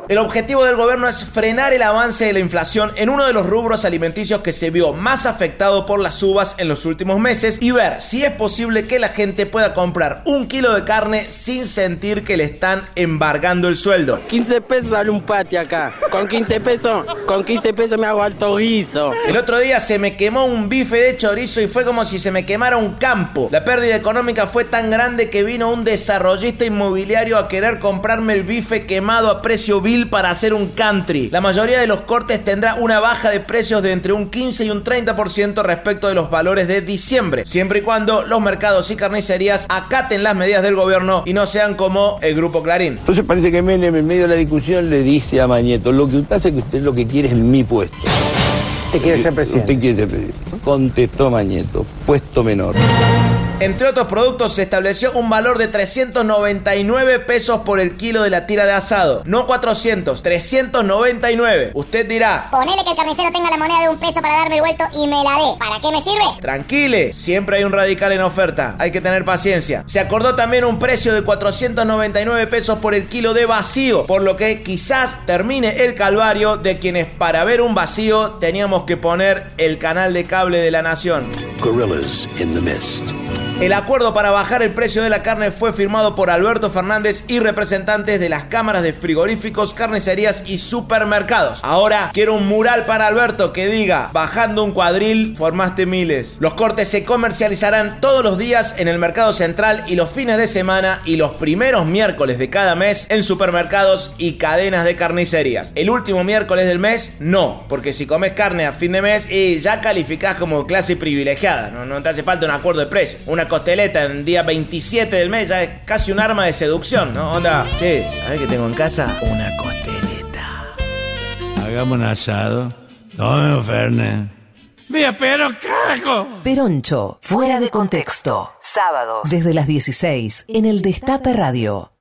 El objetivo del gobierno es frenar el avance de la inflación en uno de los rubros alimenticios que se vio más afectado por las subas en los últimos meses y ver si es posible que la gente pueda comprar un kilo de carne sin sentir que le están embargando el sueldo. quince pesos sale un pati acá. Con quince pesos, con quince pesos me hago alto guiso. El otro día se me quemó un bife de chorizo y fue como si se me quemara un campo. La pérdida económica fue tan grande que vino un desarrollista inmobiliario a querer comprarme el bife quemado a precio vil para hacer un country. La mayoría de los cortes tendrá una baja de precios de entre un quince y un treinta por ciento respecto de los valores de diciembre, siempre y cuando los mercados y carnicerías acaten las medidas del gobierno y no sean como el Grupo Clarín. Entonces parece que Menem en medio de la discusión le dice a Mañeto: lo que usted hace es que usted lo que quiere es mi puesto. ¿Usted quiere ser presidente? Usted quiere ser presidente. Contestó Mañeto: puesto menor. Entre otros productos se estableció un valor de trescientos noventa y nueve pesos por el kilo de la tira de asado. No cuatrocientos, trescientos noventa y nueve. Usted dirá: ponele que el carnicero tenga la moneda de un peso para darme el vuelto y me la dé. ¿Para qué me sirve? Tranquile, siempre hay un radical en oferta. Hay que tener paciencia. Se acordó también un precio de cuatrocientos noventa y nueve pesos por el kilo de vacío, por lo que quizás termine el calvario de quienes para ver un vacío teníamos que poner el canal de cable de la nación. Gorillas in the mist. El acuerdo para bajar el precio de la carne fue firmado por Alberto Fernández y representantes de las cámaras de frigoríficos, carnicerías y supermercados. Ahora quiero un mural para Alberto que diga: bajando un cuadril, formaste miles. Los cortes se comercializarán todos los días en el Mercado Central y los fines de semana y los primeros miércoles de cada mes en supermercados y cadenas de carnicerías. El último miércoles del mes, no, porque si comes carne a fin de mes y ya calificás como clase privilegiada. No, no te hace falta un acuerdo de precio. Una costeleta en el día veintisiete del mes ya es casi un arma de seducción, ¿no? Onda, che, ¿sabés qué tengo en casa? Una costeleta. Hagamos un asado. No me Fernet. ¡Mira, pero carajo! Peroncho, fuera de contexto. Sábados, desde las dieciséis, en el Destape Radio.